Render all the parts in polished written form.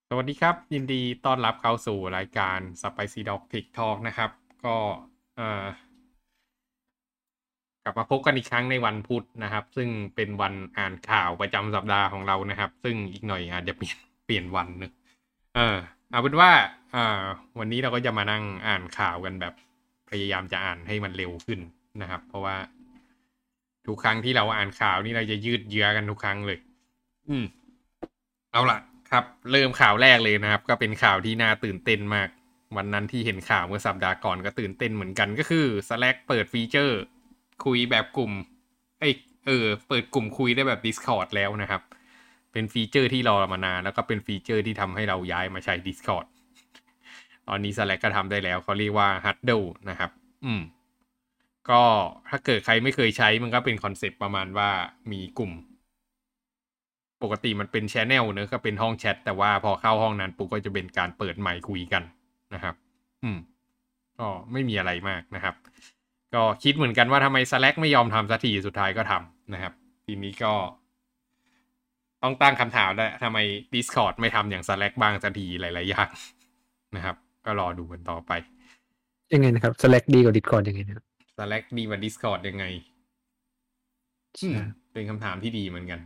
สวัสดีครับยินดีต้อนรับเข้าสู่รายการ Spicy Dog Tech Talk นะครับก็เอ่อกลับมาพบกันอีกครั้งในวันพุธนะครับซึ่งเป็นวันอ่านข่าวประจำสัปดาห์ของเรานะครับซึ่งอีกหน่อยอาจจะเปลี่ยนวันเนอะเออเอาเป็นว่าเอ่อวันนี้เราก็จะมานั่งอ่านข่าวกันแบบพยายามจะอ่านให้มันเร็วขึ้นนะครับเพราะว่าทุกครั้งที่เราอ่านข่าวนี่เราจะยืดเยื้อกันทุกครั้งเลยอืม เอาล่ะครับเริ่มข่าวแรกเลยนะครับก็เป็นข่าวที่น่าตื่นเต้นมากวันนั้นที่เห็นข่าวเมื่อสัปดาห์ก่อนก็ตื่นเต้นเหมือนกันก็คือ Slack เปิดฟีเจอร์คุยแบบกลุ่มเอ้ยเปิดกลุ่มคุยได้แบบ Discord แล้วนะครับเป็นฟีเจอร์ที่รอมานานแล้วก็เป็นฟีเจอร์ที่ทำให้เราย้ายมาใช้ Discord ตอนนี้ Slack ก็ทำได้แล้วเขาเรียกว่า Huddle นะครับอืมก็ถ้าเกิดใครไม่เคยใช้มันก็เป็นคอนเซปต์ประมาณว่ามีกลุ่ม ปกติมันเป็นแชนแนลเนอะก็เป็นห้องแชทแต่ว่าพอเข้าห้องนั้นปุ๊บก็จะเป็นการเปิดไมค์คุยกันนะครับอืมก็ไม่มีอะไรมากนะครับก็คิดเหมือนกันว่าทำไม Slack ไม่ยอมทำสักทีสุดท้ายก็ทำนะครับทีนี้ก็ต้องตั้งคำถามได้ทำไม Discord ไม่ทำอย่าง Slack บ้างสักทีหลายๆอย่างนะครับก็รอดูกันต่อไปยังไงนะครับ Slack ดีกว่า Discord ยังไงนะครับ Slack ดีกว่า Discord ยังไงอืมใช่เป็นคำถามที่ดีเหมือนกัน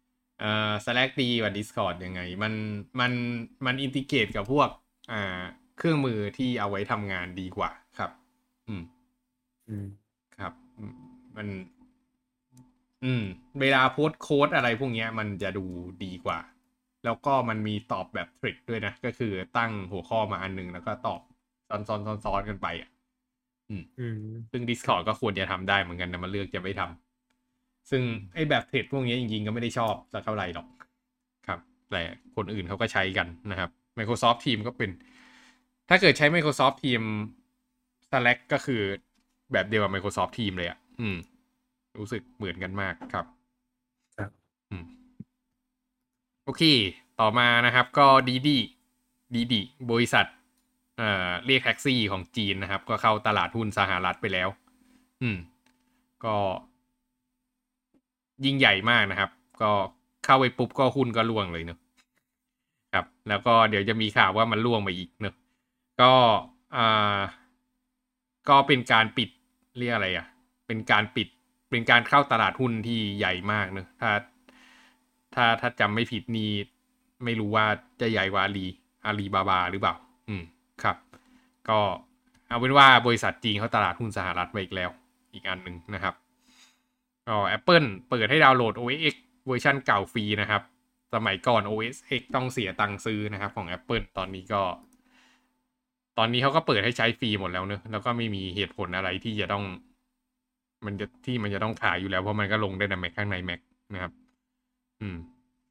Slack ดีกว่า Discord ยังไงมันมันอินทิเกรตกับพวกอ่าเครื่องมือที่เอาไว้ทำงานดีกว่าครับอืมอืมครับมันอืมเวลาโพสต์โค้ดอะไรพวกเนี้ยมันจะดูดีกว่าแล้วก็มันมีตอบแบบทริคด้วยนะก็คือตั้งหัวข้อมาอันหนึงแล้วก็ตอบซ้อนกันไปอ่ะอืมอืมซึ่งครับ Discord ก็ควรจะทำได้เหมือนกันแต่มันเลือกจะไม่ทำซึ่งไอ้แบบเทรดพวกนี้จริงๆก็ไม่ได้ชอบสักเท่าไหร่หรอก ครับแต่คนอื่นเขาก็ใช้กันนะครับ Microsoft Teams ก็เป็นถ้าเกิดใช้ Microsoft Teams Slack ก็คือแบบเดียวกับ Microsoft Teams เลยอ่ะรู้สึกเหมือนกันมากครับครับอืมโอเคต่อมานะครับก็ดีดีบริษัทเรียกแท็กซี่ของจีนนะครับก็เข้าตลาดหุ้นสหรัฐไปแล้วอืมก็ยิ่งใหญ่มากนะครับก็เข้าไปปุ๊บก็หุ้นก็ร่วงเลยเนอะ ครับแล้วก็เดี๋ยวจะมีข่าวว่ามันล่วงไปอีกเนอะก็อ่าก็เป็นการปิดเรียกอะไรอ่ะเป็นการปิดเป็นการเข้าตลาดหุ้นที่ใหญ่มากเนอะถ้าจำไม่ผิดนี่ไม่รู้ว่าจะใหญ่กว่าอาลีบาบาหรือเปล่าอืมครับก็เอาเป็นว่าบริษัทจีนเขาตลาดหุ้นสหรัฐไปอีกแล้วอีกอันหนึ่งนะครับ ก็ Apple เปิดให้ดาวน์โหลด OS X เวอร์ชันเก่าฟรีนะครับสมัยก่อน OS X ต้องเสียตังค์ซื้อนะครับของ Apple ตอนนี้เขาก็เปิดให้ใช้ฟรีหมดแล้วเนอะแล้วก็ไม่มีเหตุผลอะไรที่จะต้องมันจะต้องขายอยู่แล้วเพราะมันก็ลงได้ใน Mac ข้างใน Mac นะครับอืม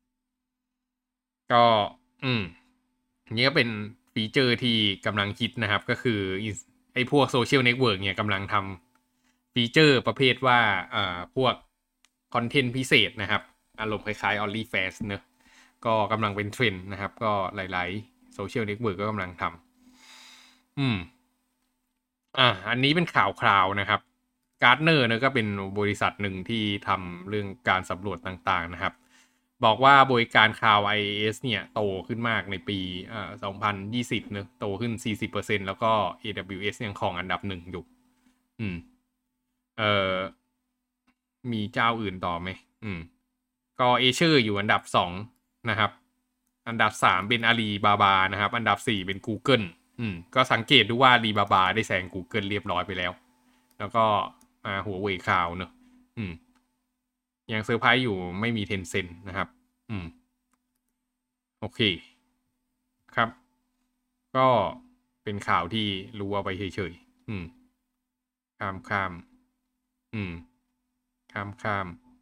ก็อืมนี่ก็เป็นฟีเจอร์ที่กำลังคิดนะครับก็คือไอ้พวกโซเชียลเน็ตเวิร์กเนี่ยกำลังทำฟีเจอร์ประเภทว่าพวกคอนเทนต์พิเศษนะครับอารมณ์คล้ายๆ OnlyFans เนอะก็กำลังเป็นเทรนด์นะครับก็หลายๆโซเชียลเน็ตเวิร์กก็กำลังทำอันนี้เป็นข่าวคราวนะครับการ์ดเนอร์เนี่ยก็เป็นบริษัทหนึ่งที่ทำเรื่องการสำรวจต่างๆนะครับบอกว่าบริการคลาว IaaS เนี่ยโตขึ้นมากในปี2020เนอะโตขึ้น40%แล้วก็ AWS ยังครองอันดับหนึ่งอยู่อืมเอ่อมีเจ้าอื่นต่อไหมอืมก็เอเชอร์อยู่อันดับ2นะครับอันดับ3เป็นอาลีบาบานะครับอันดับ4เป็น Google ก็สังเกตดูว่ารีบาบาได้แซง Google เรียบร้อยไปแล้วแล้วก็มาหัวเว่ยคาวเนอะอืมยังเซอร์ไพรส์อยู่ไม่มีเทนเซ็นนะครับอืมโอเคครับก็เป็นข่าวที่รู้เอาไปเฉยๆข้ามอืมข้าม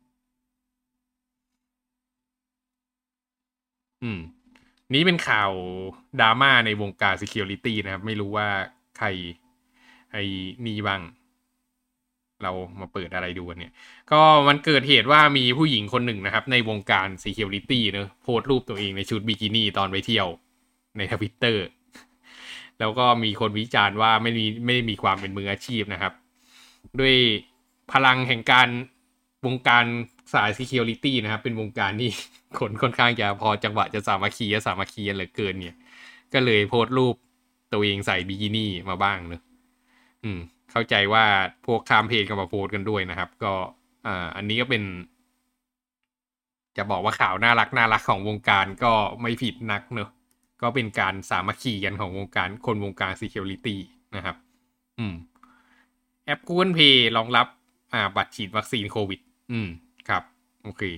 อืมนี้เป็นข่าวดราม่าในวงการ Security นะครับไม่รู้ว่าใครไอ้นี่บ้าง เรามาเปิดอะไรดูกันเนี่ยก็มันเกิดเหตุว่ามีผู้หญิงคนหนึ่งนะครับในวงการ Security เนอะโพสต์รูปตัวเองในชุดบิกินี่ตอนไปเที่ยวในทวิตเตอร์แล้วก็มีคนวิจารณ์ว่าไม่ได้มีความเป็นมืออาชีพนะครับด้วยพลังแห่งการวงการสาย security นะครับเป็นวงการที่ คนค่อนข้างจะพอจังหวะจะสามัคคีเหลือเกินเนี่ยก็เลยโพสต์รูปตัวเองใส่บิกินี่มาบ้างเนอะเข้าใจว่าพวกข้ามเพจก็มาโพสต์กันด้วยนะครับก็อันนี้ก็เป็นจะบอกว่าข่าวน่ารักของวงการก็ไม่ผิดนักเนอะก็เป็นการสามัคคีกันของวงการคนวงการ security นะครับแอป Google Play รองรับบัตรฉีดวัคซีนโควิดครับโอเค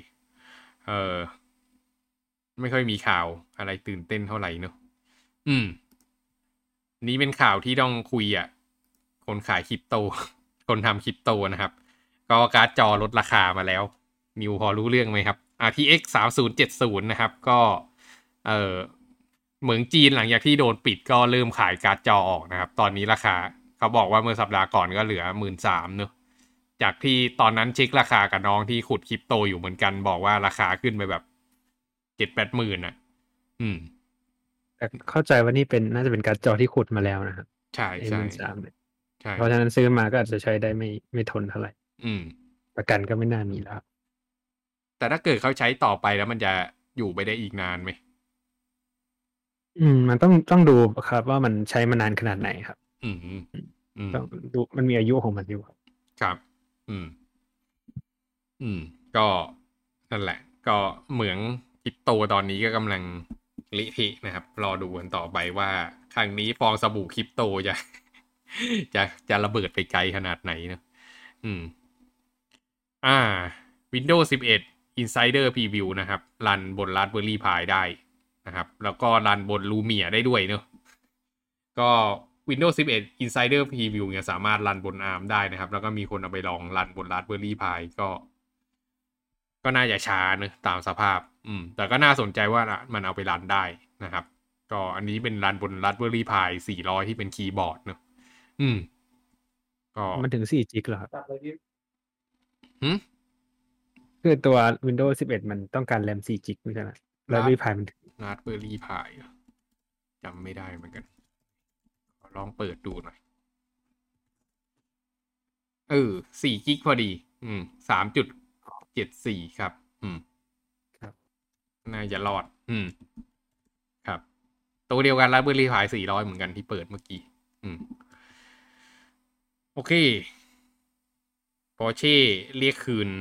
ไม่ค่อยมีข่าวอะไรตื่นเต้นเท่าไหร่เนอะนี้เป็นข่าวที่ต้องคุยคนขายคริปโต คนทำคริปโตนะครับก็การ์ดจอลดราคามาแล้วนิวพอรู้เรื่องไหมครับ RTX 3070นะครับก็เหมืองจีนหลังจากที่โดนปิดก็เริ่มขายการ์ดจอออกนะครับตอนนี้ราคาเขาบอกว่าเมื่อสัปดาห์ก่อนก็เหลือ 13,000 เนอะจากที่ตอนนั้นเช็คราคากับน้องที่ขุดคริปโตอยู่เหมือนกันบอกว่าราคาขึ้นไปแบบ 7-8 หมื่นแต่เข้าใจว่านี่น่าจะเป็นการ์ดจอที่ขุดมาแล้วนะครับใช่ใช่ใช่เพราะฉะนั้นซื้อมาก็อาจจะใช้ได้ไม่ทนเท่าไหร่ประกันก็ไม่น่ามีแล้วแต่ถ้าเกิดเขาใช้ต่อไปแล้วมันจะอยู่ไปได้อีกนานไหมมันต้องดูครับว่ามันใช้มานานขนาดไหนครับต้องดูมันมีอายุของมันอยู่ครับก็นั่นแหละก็เหมืองคริปโตตอนนี้ก็กำลังเละเทะนะครับรอดูกันต่อไปว่าครั้งนี้ฟองสบู่คริปโตจะระเบิดไปไกลขนาดไหนนะWindows 11 Insider Preview นะครับรันบน Raspberry Pi ได้นะครับแล้วก็รันบน Lumia ได้ด้วยเนอะก็ Windows 11 Insider Preview เนี่ยสามารถรันบน ARM ได้นะครับแล้วก็มีคนเอาไปลองรันบน Raspberry Pi ก็น่าจะช้าเนอะตามสภาพแต่ก็น่าสนใจว่ามันเอาไปรันได้นะครับก็อันนี้เป็นรันบน Raspberry Pi 400ที่เป็นคีย์บอร์ดเนอะก็มันถึง4 จิกเหรอครับคือตัว Windows 11 มันต้องการแรม4 จิกไม่ใช่ไหม Raspberry Pi มัน Raspberry Pi จำไม่ได้เหมือนกันขอลองเปิดดูหน่อย4 กิกพอดี3.74ครับครับน่าจะรอดครับตัวเดียวกัน Raspberry Pi 400เหมือนกันที่เปิดเมื่อกี้โอเค Porsche เรียกคืน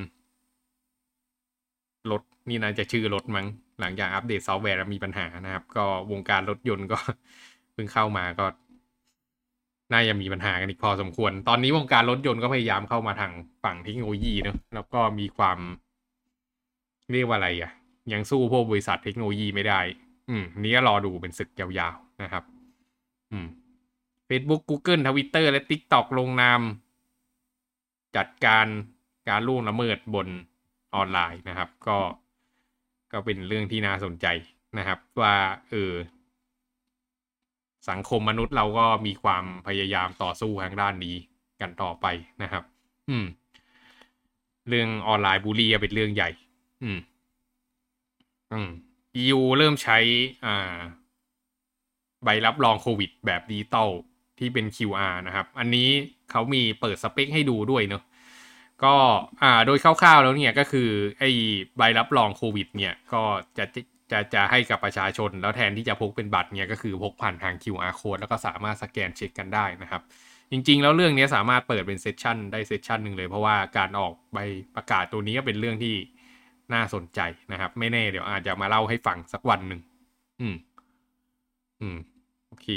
รถนี่น่าจะชื่อรถมั้งหลังจากอัปเดตซอฟต์แวร์แล้วมีปัญหานะครับก็วงการรถยนต์ก็เพิ่งเข้ามาก็น่าจะมีปัญหากันอีกพอสมควรตอนนี้วงการรถยนต์ก็พยายามเข้ามาทางฝั่งเทคโนโลยีเนอะแล้วก็มีความเรียกว่าอะไรยังสู้พวกบริษัทเทคโนโลยีไม่ได้นี้ก็รอดูเป็นศึกยาวๆนะครับFacebook Google Twitter และ TikTok ลงนามจัดการล่วงละเมิดบนออนไลน์นะครับก็เป็นเรื่องที่น่าสนใจนะครับว่าสังคมมนุษย์เราก็มีความพยายามต่อสู้ทางด้านนี้กันต่อไปนะครับเรื่องออนไลน์บูลลี่เป็นเรื่องใหญ่EU เริ่มใช้ใบรับรองโควิดแบบดิจิตอลที่เป็น QR นะครับอันนี้เขามีเปิดสเปคให้ดูด้วยเนาะก็โดยคร่าวๆแล้วเนี่ยก็คือไอ้ใบรับรองโควิดเนี่ยก็จะให้กับประชาชนแล้วแทนที่จะพกเป็นบัตรเนี่ยก็คือพกผ่านทาง QR code แล้วก็สามารถสแกนเช็คกันได้นะครับจริงๆแล้วเรื่องนี้สามารถเปิดเป็นเซสชันได้เซสชันหนึ่งเลยเพราะว่าการออกใบประกาศตัวนี้ก็เป็นเรื่องที่น่าสนใจนะครับไม่แน่เดี๋ยวอาจจะมาเล่าให้ฟังสักวันหนึ่งโอเค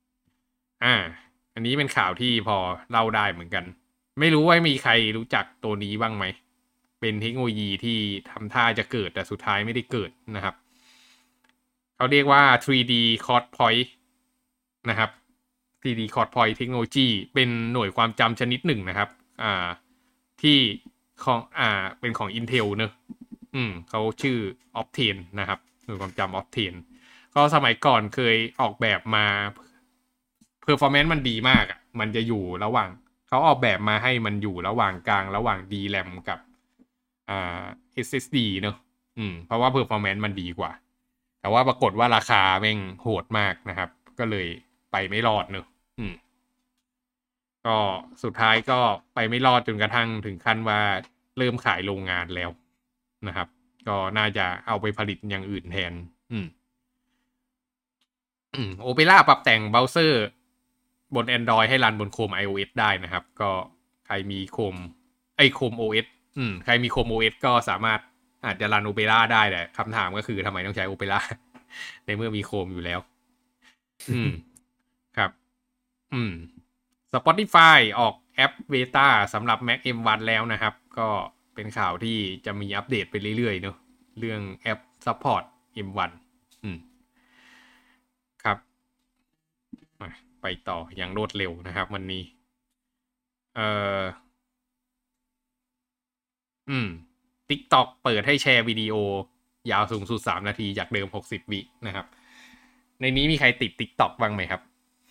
อันนี้เป็นข่าวที่พอเล่าได้เหมือนกันไม่รู้ว่ามีใครรู้จักตัวนี้บ้างไหมเป็นเทคโนโลยีที่ทำท่าจะเกิดแต่สุดท้ายไม่ได้เกิดนะครับเขาเรียกว่า 3D Chord Point นะครับ 3D Chord Point Technology เป็นหน่วยความจำชนิดหนึ่งนะครับที่ของเป็นของ Intel เนอะเขาชื่อ Optane นะครับหน่วยความจำ Optane ก็สมัยก่อนเคยออกแบบมา performance มันดีมากมันจะอยู่ระหว่างเขาออกแบบมาให้มันอยู่ระหว่างกลางระหว่าง DRAM กับSSD เนอะเพราะว่า performance มันดีกว่าแต่ว่าปรากฏว่าราคาแม่งโหดมากนะครับก็เลยไปไม่รอดเนอะก็สุดท้ายก็ไปไม่รอดจนกระทั่งถึงขั้นว่าเริ่มขายโรงงานแล้วนะครับ ก็น่าจะเอาไปผลิตอย่างอื่นแทนOpera ปรับแต่งเบราว์เซอร์บน Android ให้รันบน Chrome iOS ได้นะครับก็ใครมีChrome Chrome OS ใครมี Chrome OS ก็สามารถอาจจะรัน Opera ได้แต่คำถามก็คือทำไมต้องใช้ Opera ในเมื่อมี Chrome อยู่แล้วครับSpotify ออกแอปเบต้าสำหรับ Mac M1 แล้วนะครับก็เป็นข่าวที่จะมีอัปเดตไปเรื่อยๆเนอะเรื่องแอป Support M1 ครับไปต่ออย่างรวดเร็วนะครับวันนี้TikTok เปิดให้แชร์วิดีโอยาวสูงสุด3 นาทีจากเดิม60 วินะครับในนี้มีใครติด TikTok บ้างไหมครับ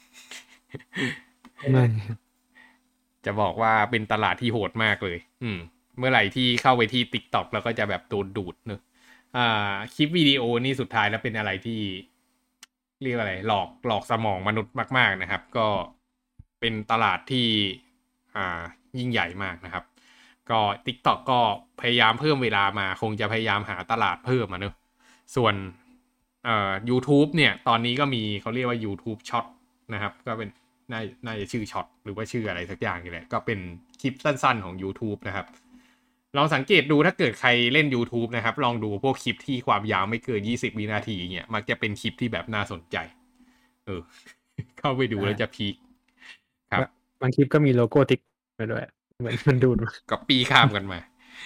ไม่จะบอกว่าเป็นตลาดที่โหดมากเลยเมื่อไหร่ที่เข้าไปที่ TikTok แล้วก็จะแบบโดนดูดเนอะคลิปวิดีโอนี่สุดท้ายแล้วเป็นอะไรที่เรียกอะไรหลอกสมองมนุษย์มากๆนะครับก็เป็นตลาดที่ยิ่งใหญ่มากนะครับก็ TikTok ก็พยายามเพิ่มเวลามาคงจะพยายามหาตลาดเพิ่มเนอะส่วนYouTube เนี่ยตอนนี้ก็มีเขาเรียกว่า YouTube Short นะครับก็เป็นน่าจะชื่อช็อตหรือว่าชื่ออะไรสักอย่างนี่แหละก็เป็นคลิปสั้นๆของ YouTube นะครับลองสังเกตดูถ้าเกิดใครเล่น YouTube นะครับลองดูพวกคลิปที่ความยาวไม่เกิน20 วินาทีเนี่ยมักจะเป็นคลิปที่แบบน่าสนใจเข้าไปดูแล้วจะพีคครับบางคลิปก็มีโลโก้ติ๊กไปด้วยเหมือนมันดูดก็ปีข้ามกันมา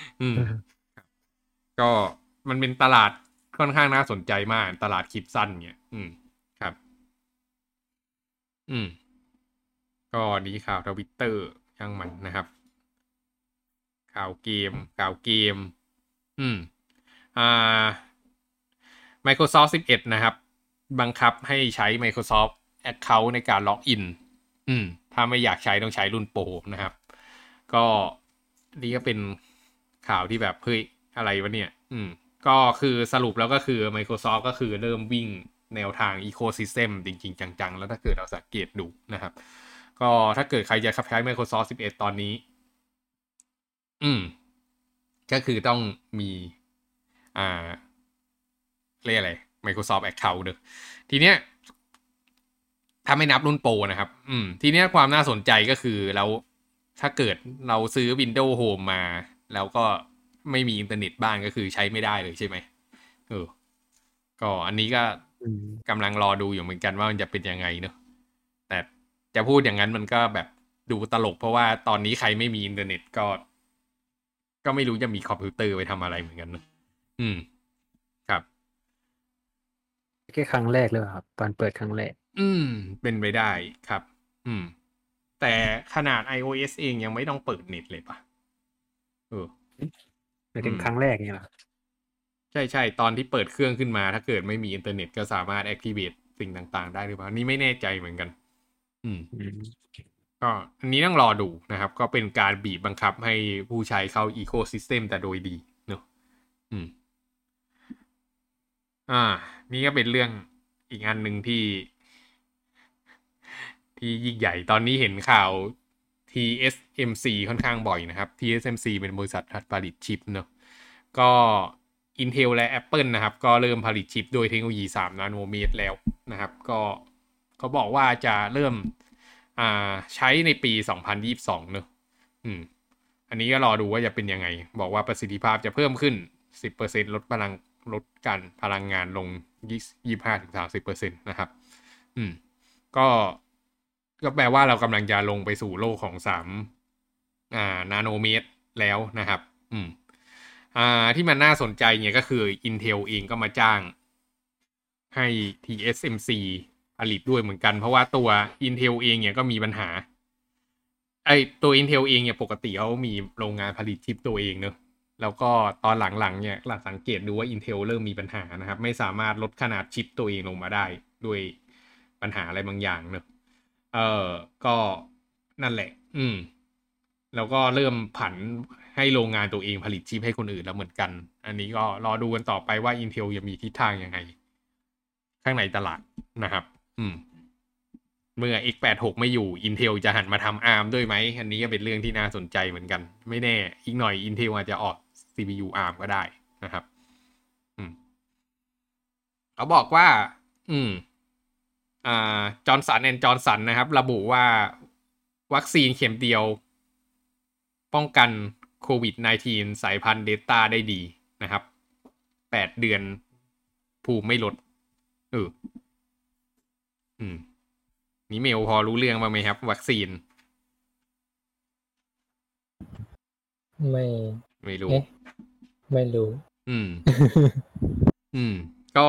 ก็มันเป็นตลาดค่อนข้างน่าสนใจมากตลาดคลิปสั้นเนี่ยครับก็ดีข่าวทวิตเตอร์ช่างมันนะครับข่าวเกมอ่า Microsoft 11นะครับบังคับให้ใช้ Microsoft Account ในการล็อกอินถ้าไม่อยากใช้ต้องใช้รุ่นโปรนะครับก็นี่ก็เป็นข่าวที่แบบเฮ้ยอะไรวะเนี่ยก็คือสรุปแล้วก็คือ Microsoft ก็คือเริ่มวิ่งแนวทาง Ecosystem จริงๆจังๆแล้วถ้าเกิดเราสังเกตดูนะครับก็ถ้าเกิดใครจะใช้ Microsoft 11 ตอนนี้ก็คือต้องมีเรียกอะไร Microsoft Account เนอะทีเนี้ยถ้าไม่นับรุ่นโปรนะครับทีเนี้ยความน่าสนใจก็คือแล้วถ้าเกิดเราซื้อ Windows Home มาแล้วก็ไม่มีอินเทอร์เน็ตบ้านก็คือใช้ไม่ได้เลยใช่ไหมก็อันนี้ก็กำลังรอดูอยู่เหมือนกันว่ามันจะเป็นยังไงเนอะแต่จะพูดอย่างนั้นมันก็แบบดูตลกเพราะว่าตอนนี้ใครไม่มีอินเทอร์เน็ตก็ไม่รู้จะมีคอมพิวเตอร์ไปทำอะไรเหมือนกันนะครับแค่ครั้งแรกเลยครับตอนเปิดครั้งแรกเป็นไปได้ครับแต่ขนาด iOS เองยังไม่ต้องเปิดเน็ตเลยปะไปถึงครั้งแรกนี่แหละใช่ตอนที่เปิดเครื่องขึ้นมาถ้าเกิดไม่มีอินเทอร์เน็ตก็สามารถ activate สิ่งต่างๆได้หรือเปล่านี่ไม่แน่ใจเหมือนกันก็อันนี้ต้องรอดูนะครับ ก็เป็นการบีบบังคับให้ผู้ใช้เข้า ecosystem แต่โดยดีเนอะนี่ก็เป็นเรื่องอีกอันหนึ่งที่ยิ่งใหญ่ตอนนี้เห็นข่าว TSMC ค่อนข้างบ่อยนะครับ TSMC เป็นบริษัทผลิตชิปเนอะก็ Intel และ Apple นะครับก็เริ่มผลิตชิปโดยเทคโนโลยี3 นาโนเมตรแล้วนะครับก็เขาบอกว่าจะเริ่มใช้ในปี2022เนอะอันนี้ก็รอดูว่าจะเป็นยังไงบอกว่าประสิทธิภาพจะเพิ่มขึ้น 10% ลดการพลังงานลง 25-30% นะครับก็แปลว่าเรากำลังจะลงไปสู่โลกของ3 นาโนเมตรแล้วนะครับที่มันน่าสนใจเนี่ยก็คือ Intel เองก็มาจ้างให้ TSMC ผลิตด้วยเหมือนกันเพราะว่าตัว Intel เองเนี่ยก็มีปัญหาตัว Intel เองเนี่ยปกติเขามีโรงงานผลิตชิปตัวเองเนอะแล้วก็ตอนหลังๆเนี่ยหลักสังเกตดูว่า Intel เริ่มมีปัญหานะครับไม่สามารถลดขนาดชิปตัวเองลงมาได้ด้วยปัญหาอะไรบางอย่างเนอะก็นั่นแหละแล้วก็เริ่มผันให้โรงงานตัวเองผลิตชิปให้คนอื่นแล้วเหมือนกัน อันนี้ก็รอดูกันต่อไปว่า Intel จะมีทิศทางยังไงข้างในตลาดนะครับเมื่อ x86 ไม่อยู่ Intel จะหันมาทำ ARM ด้วยไหมอันนี้ก็เป็นเรื่องที่น่าสนใจเหมือนกันไม่แน่อีกหน่อย Intel อาจจะออก CPU ARM ก็ได้นะครับเขาบอกว่าจอห์นสันแอนด์จอห์นสันนะครับระบุว่าวัคซีนเข็มเดียวป้องกันโควิด -19 สายพันธุ์เดลต้าได้ดีนะครับ8 เดือนภูมิไม่ลดนี่เมลพอรู้เรื่องบ้างไหมครับวัคซีนไม่รู้ไม่รู้ก็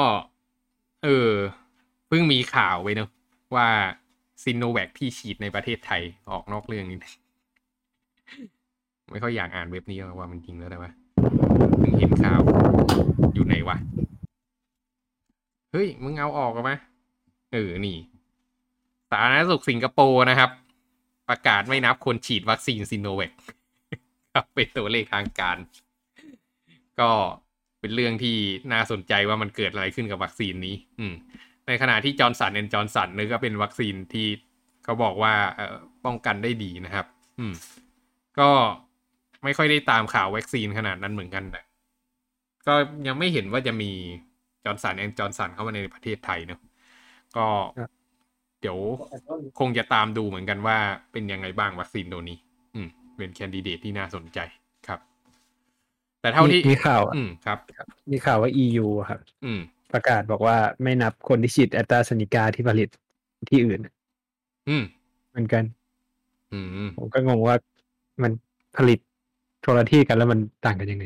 เพิ่งมีข่าวไว้เนอะว่าซิโนแวคที่ฉีดในประเทศไทยออกนอกเรื่องนิดนึงไม่ค่อยอยากอ่านเว็บนี้ว่ามันจริงแล้วแต่ว่าเพิ่งเห็นข่าวอยู่ไหนวะเฮ้ยมึงเอาออกกันไหมนี่สาธารณสุขสิงคโปร์นะครับประกาศไม่นับคนฉีดวัคซีนซิโนแวคครับเป็นตัวเลขทางการก็เป็นเรื่องที่น่าสนใจว่ามันเกิดอะไรขึ้นกับวัคซีนนี้ในขณะที่จอห์นสันแอนด์จอห์นสันนี่ก็เป็นวัคซีนที่เขาบอกว่าป้องกันได้ดีนะครับก็ไม่ค่อยได้ตามข่าววัคซีนขนาดนั้นเหมือนกันแต่ก็ยังไม่เห็นว่าจะมีจอห์นสันแอนด์จอห์นสันเข้ามาในประเทศไทยเนอะก็เดี๋ยวคงจะตามดูเหมือนกันว่าเป็นยังไงบ้างวัคซีนตัวนี้เป็นแคนดิเดตที่น่าสนใจครับแต่เท่าที่มีข่าวครับมีข่าวว่า EU ครับประกาศบอกว่าไม่นับคนที่ฉีดแอสตราเซเนกาที่ผลิตที่อื่นเหมือนกันผมก็งงว่ามันผลิตโทรที่กันแล้วมันต่างกันยังไง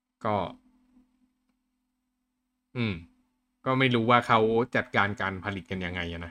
ก็ไม่รู้ว่าเขาจัดการผลิตกันยังไงนะ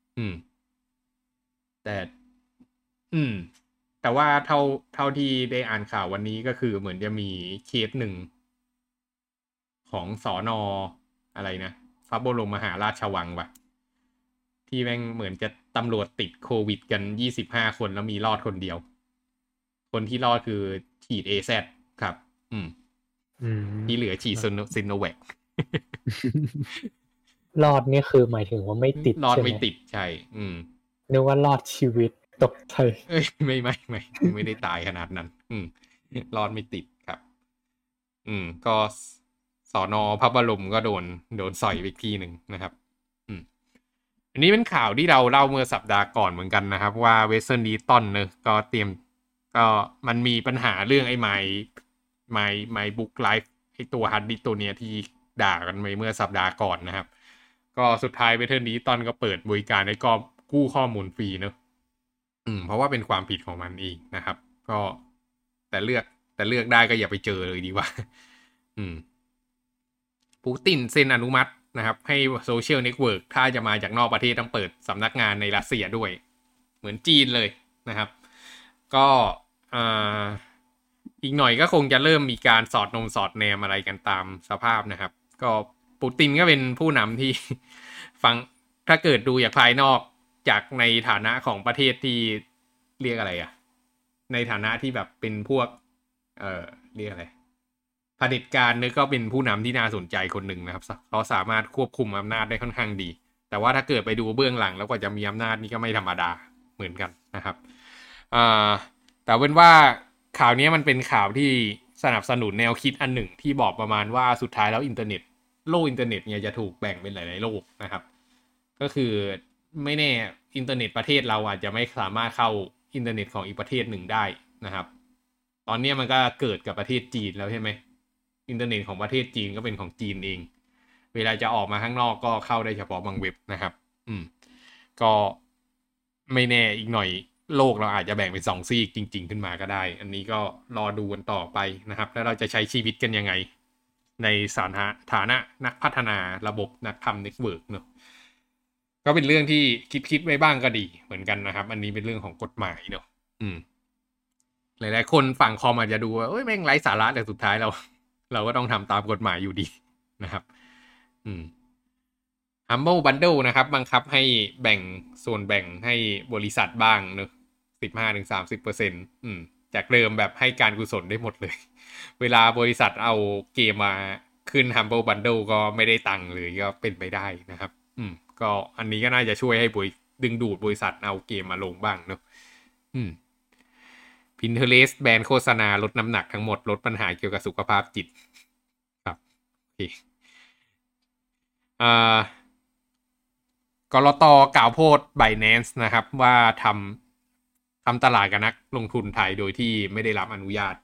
แต่ว่าเท่าที่ได้อ่านข่าววันนี้ก็คือเหมือนจะมีเคสหนึ่งของสน.อะไรนะพระบรมมหาราชวังว่ะที่แม่งเหมือนจะตำรวจติดโควิดกัน25 คนแล้วมีรอดคนเดียวคนที่รอดคือฉีด AZ ครับที่เหลือฉีดซิโนแวครอดนี่คือหมายถึงว่าไม่ติดรอดไม่ติดใช่นึกว่ารอดชีวิตตกใจไม่ได้ตายขนาดนั้นรอดไม่ติดครับก็สน.พระบรมก็โดนสอยอีกทีหนึ่งนะครับอันนี้เป็นข่าวที่เราเล่าเมื่อสัปดาห์ก่อนเหมือนกันนะครับว่าเวสเทิร์นดิจิตอลเนี่ยก็มันมีปัญหาเรื่องไอ้ไมบุ๊กไลฟ์ไอ้ตัวฮาร์ดดิสก์ตัวเนี้ยที่ด่ากันไปเมื่อสัปดาห์ก่อนนะครับก็สุดท้ายเวสเทิร์นดิจิตอลก็เปิดบริการให้กู้ข้อมูลฟรีเนอะเพราะว่าเป็นความผิดของมันเองนะครับก็แต่เลือกได้ก็อย่าไปเจอเลยดีกว่าปูตินเซ็นอนุมัตินะครับให้โซเชียลเน็ตเวิร์กถ้าจะมาจากนอกประเทศต้องเปิดสำนักงานในรัสเซียด้วยเหมือนจีนเลยนะครับก็อีกหน่อยก็คงจะเริ่มมีการสอดแนมอะไรกันตามสภาพนะครับก็ปูตินก็เป็นผู้นำที่ฟังถ้าเกิดดูจากภายนอกจากในฐานะของประเทศที่เรียกอะไรในฐานะที่แบบเป็นพวกเรียกอะไรเผด็จการเนี่ยก็เป็นผู้นำที่น่าสนใจคนหนึ่งนะครับเขาสามารถควบคุมอำนาจได้ค่อนข้างดีแต่ว่าถ้าเกิดไปดูเบื้องหลังแล้วกว่าจะมีอำนาจนี่ก็ไม่ธรรมดาเหมือนกันนะครับแต่เป็นว่าข่าวนี้มันเป็นข่าวที่สนับสนุนแนวคิดอันหนึ่งที่บอกประมาณว่าสุดท้ายแล้วโลกอินเทอร์เน็ตเนี่ยจะถูกแบ่งเป็นหลายๆโลกนะครับก็คือไม่แน่อินเทอร์เน็ตประเทศเราอาจจะไม่สามารถเข้าอินเทอร์เน็ตของอีกประเทศหนึ่งได้นะครับตอนนี้มันก็เกิดกับประเทศจีนแล้วใช่ไหมอินเทอร์เน็ตของประเทศจีนก็เป็นของจีนเองเวลาจะออกมาข้างนอกก็เข้าได้เฉพาะบางเว็บนะครับก็ไม่แน่อีกหน่อยโลกเราอาจจะแบ่งเป็น2 ซีกจริงๆขึ้นมาก็ได้อันนี้ก็รอดูกันต่อไปนะครับแล้วเราจะใช้ชีวิตกันยังไงในฐานะนักพัฒนาระบบนักทำเน็ตเวิร์กเนอะก็เป็นเรื่องที่คิดไว้บ้างก็ดีเหมือนกันนะครับอันนี้เป็นเรื่องของกฎหมายเนอะหลายๆคนฝั่งคอมอาจจะดูว่าเอ้ยแม่งไร้สาระแต่สุดท้ายเราก็ต้องทำตามกฎหมายอยู่ดีนะครับHumble Bundle นะครับบังคับให้แบ่งส่วนแบ่งให้บริษัทบ้างเนอะ 15-30% จากเดิมแบบให้การกุศลได้หมดเลยเวลาบริษัทเอาเกมมาขึ้น Humble Bundle ก็ไม่ได้ตังค์เลยก็เป็นไปได้นะครับก็อันนี้ก็น่าจะช่วยให้ดึงดูดบริษัทเอาเกมมาลงบ้างเนอะPinterest แบนโฆษณาลดน้ำหนักทั้งหมดลดปัญหาเกี่ยวกับสุขภาพจิตครับเคกลต.กล่าวโทษ Binance นะครับว่าทำตลาดกับนักลงทุนไทยโดยที่ไม่ได้รับอนุญาต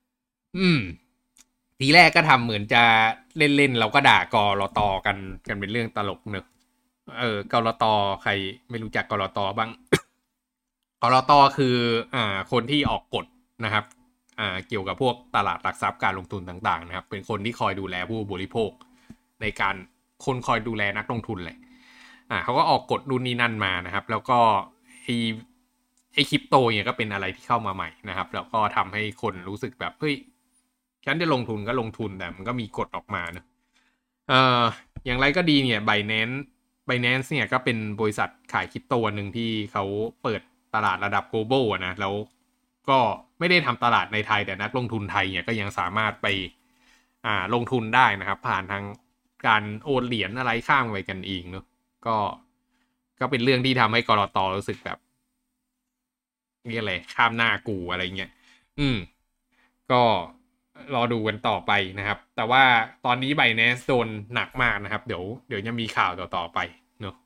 ทีแรกก็ทำเหมือนจะเล่นๆเราก็ด่ากลต.กันเป็นเรื่องตลกเนอะกลต.ใครไม่รู้จักกลต.บ้าง กลต.คือคนที่ออกกฎนะครับเกี่ยวกับพวกตลาดหลักทรัพย์การลงทุนต่างๆนะครับเป็นคนที่คอยดูแลผู้บริโภคในการคนคอยดูแลนักลงทุนเลยเขาก็ออกกฎรุ่นนี้นั่นมานะครับแล้วก็ไอ้คริปโตเนี่ยก็เป็นอะไรที่เข้ามาใหม่นะครับแล้วก็ทำให้คนรู้สึกแบบเฮ้ยฉันจะลงทุนก็ลงทุนแต่มันก็มีกฎออกมานะอย่างไรก็ดีเนี่ย Binance เนี่ยก็เป็นบริษัทขายคริปโตหนึ่งที่เขาเปิดตลาดระดับ global นะแล้วก็ไม่ได้ทำตลาดในไทยแต่นักลงทุนไทยเนี่ยก็ยังสามารถไปลงทุนได้นะครับผ่านทางการโอนเหรียญอะไรข้ามไปกันเองเนอะก็เป็นเรื่องที่ทำให้กลต.รู้สึกแบบเรียกอะไรข้ามหน้ากูอะไรเงี้ยก็รอดูกันต่อไปนะครับแต่ว่าตอนนี้ Binance โดนหนักมากนะครับเดี๋ยวจะมีข่าวต่อไปเนอะ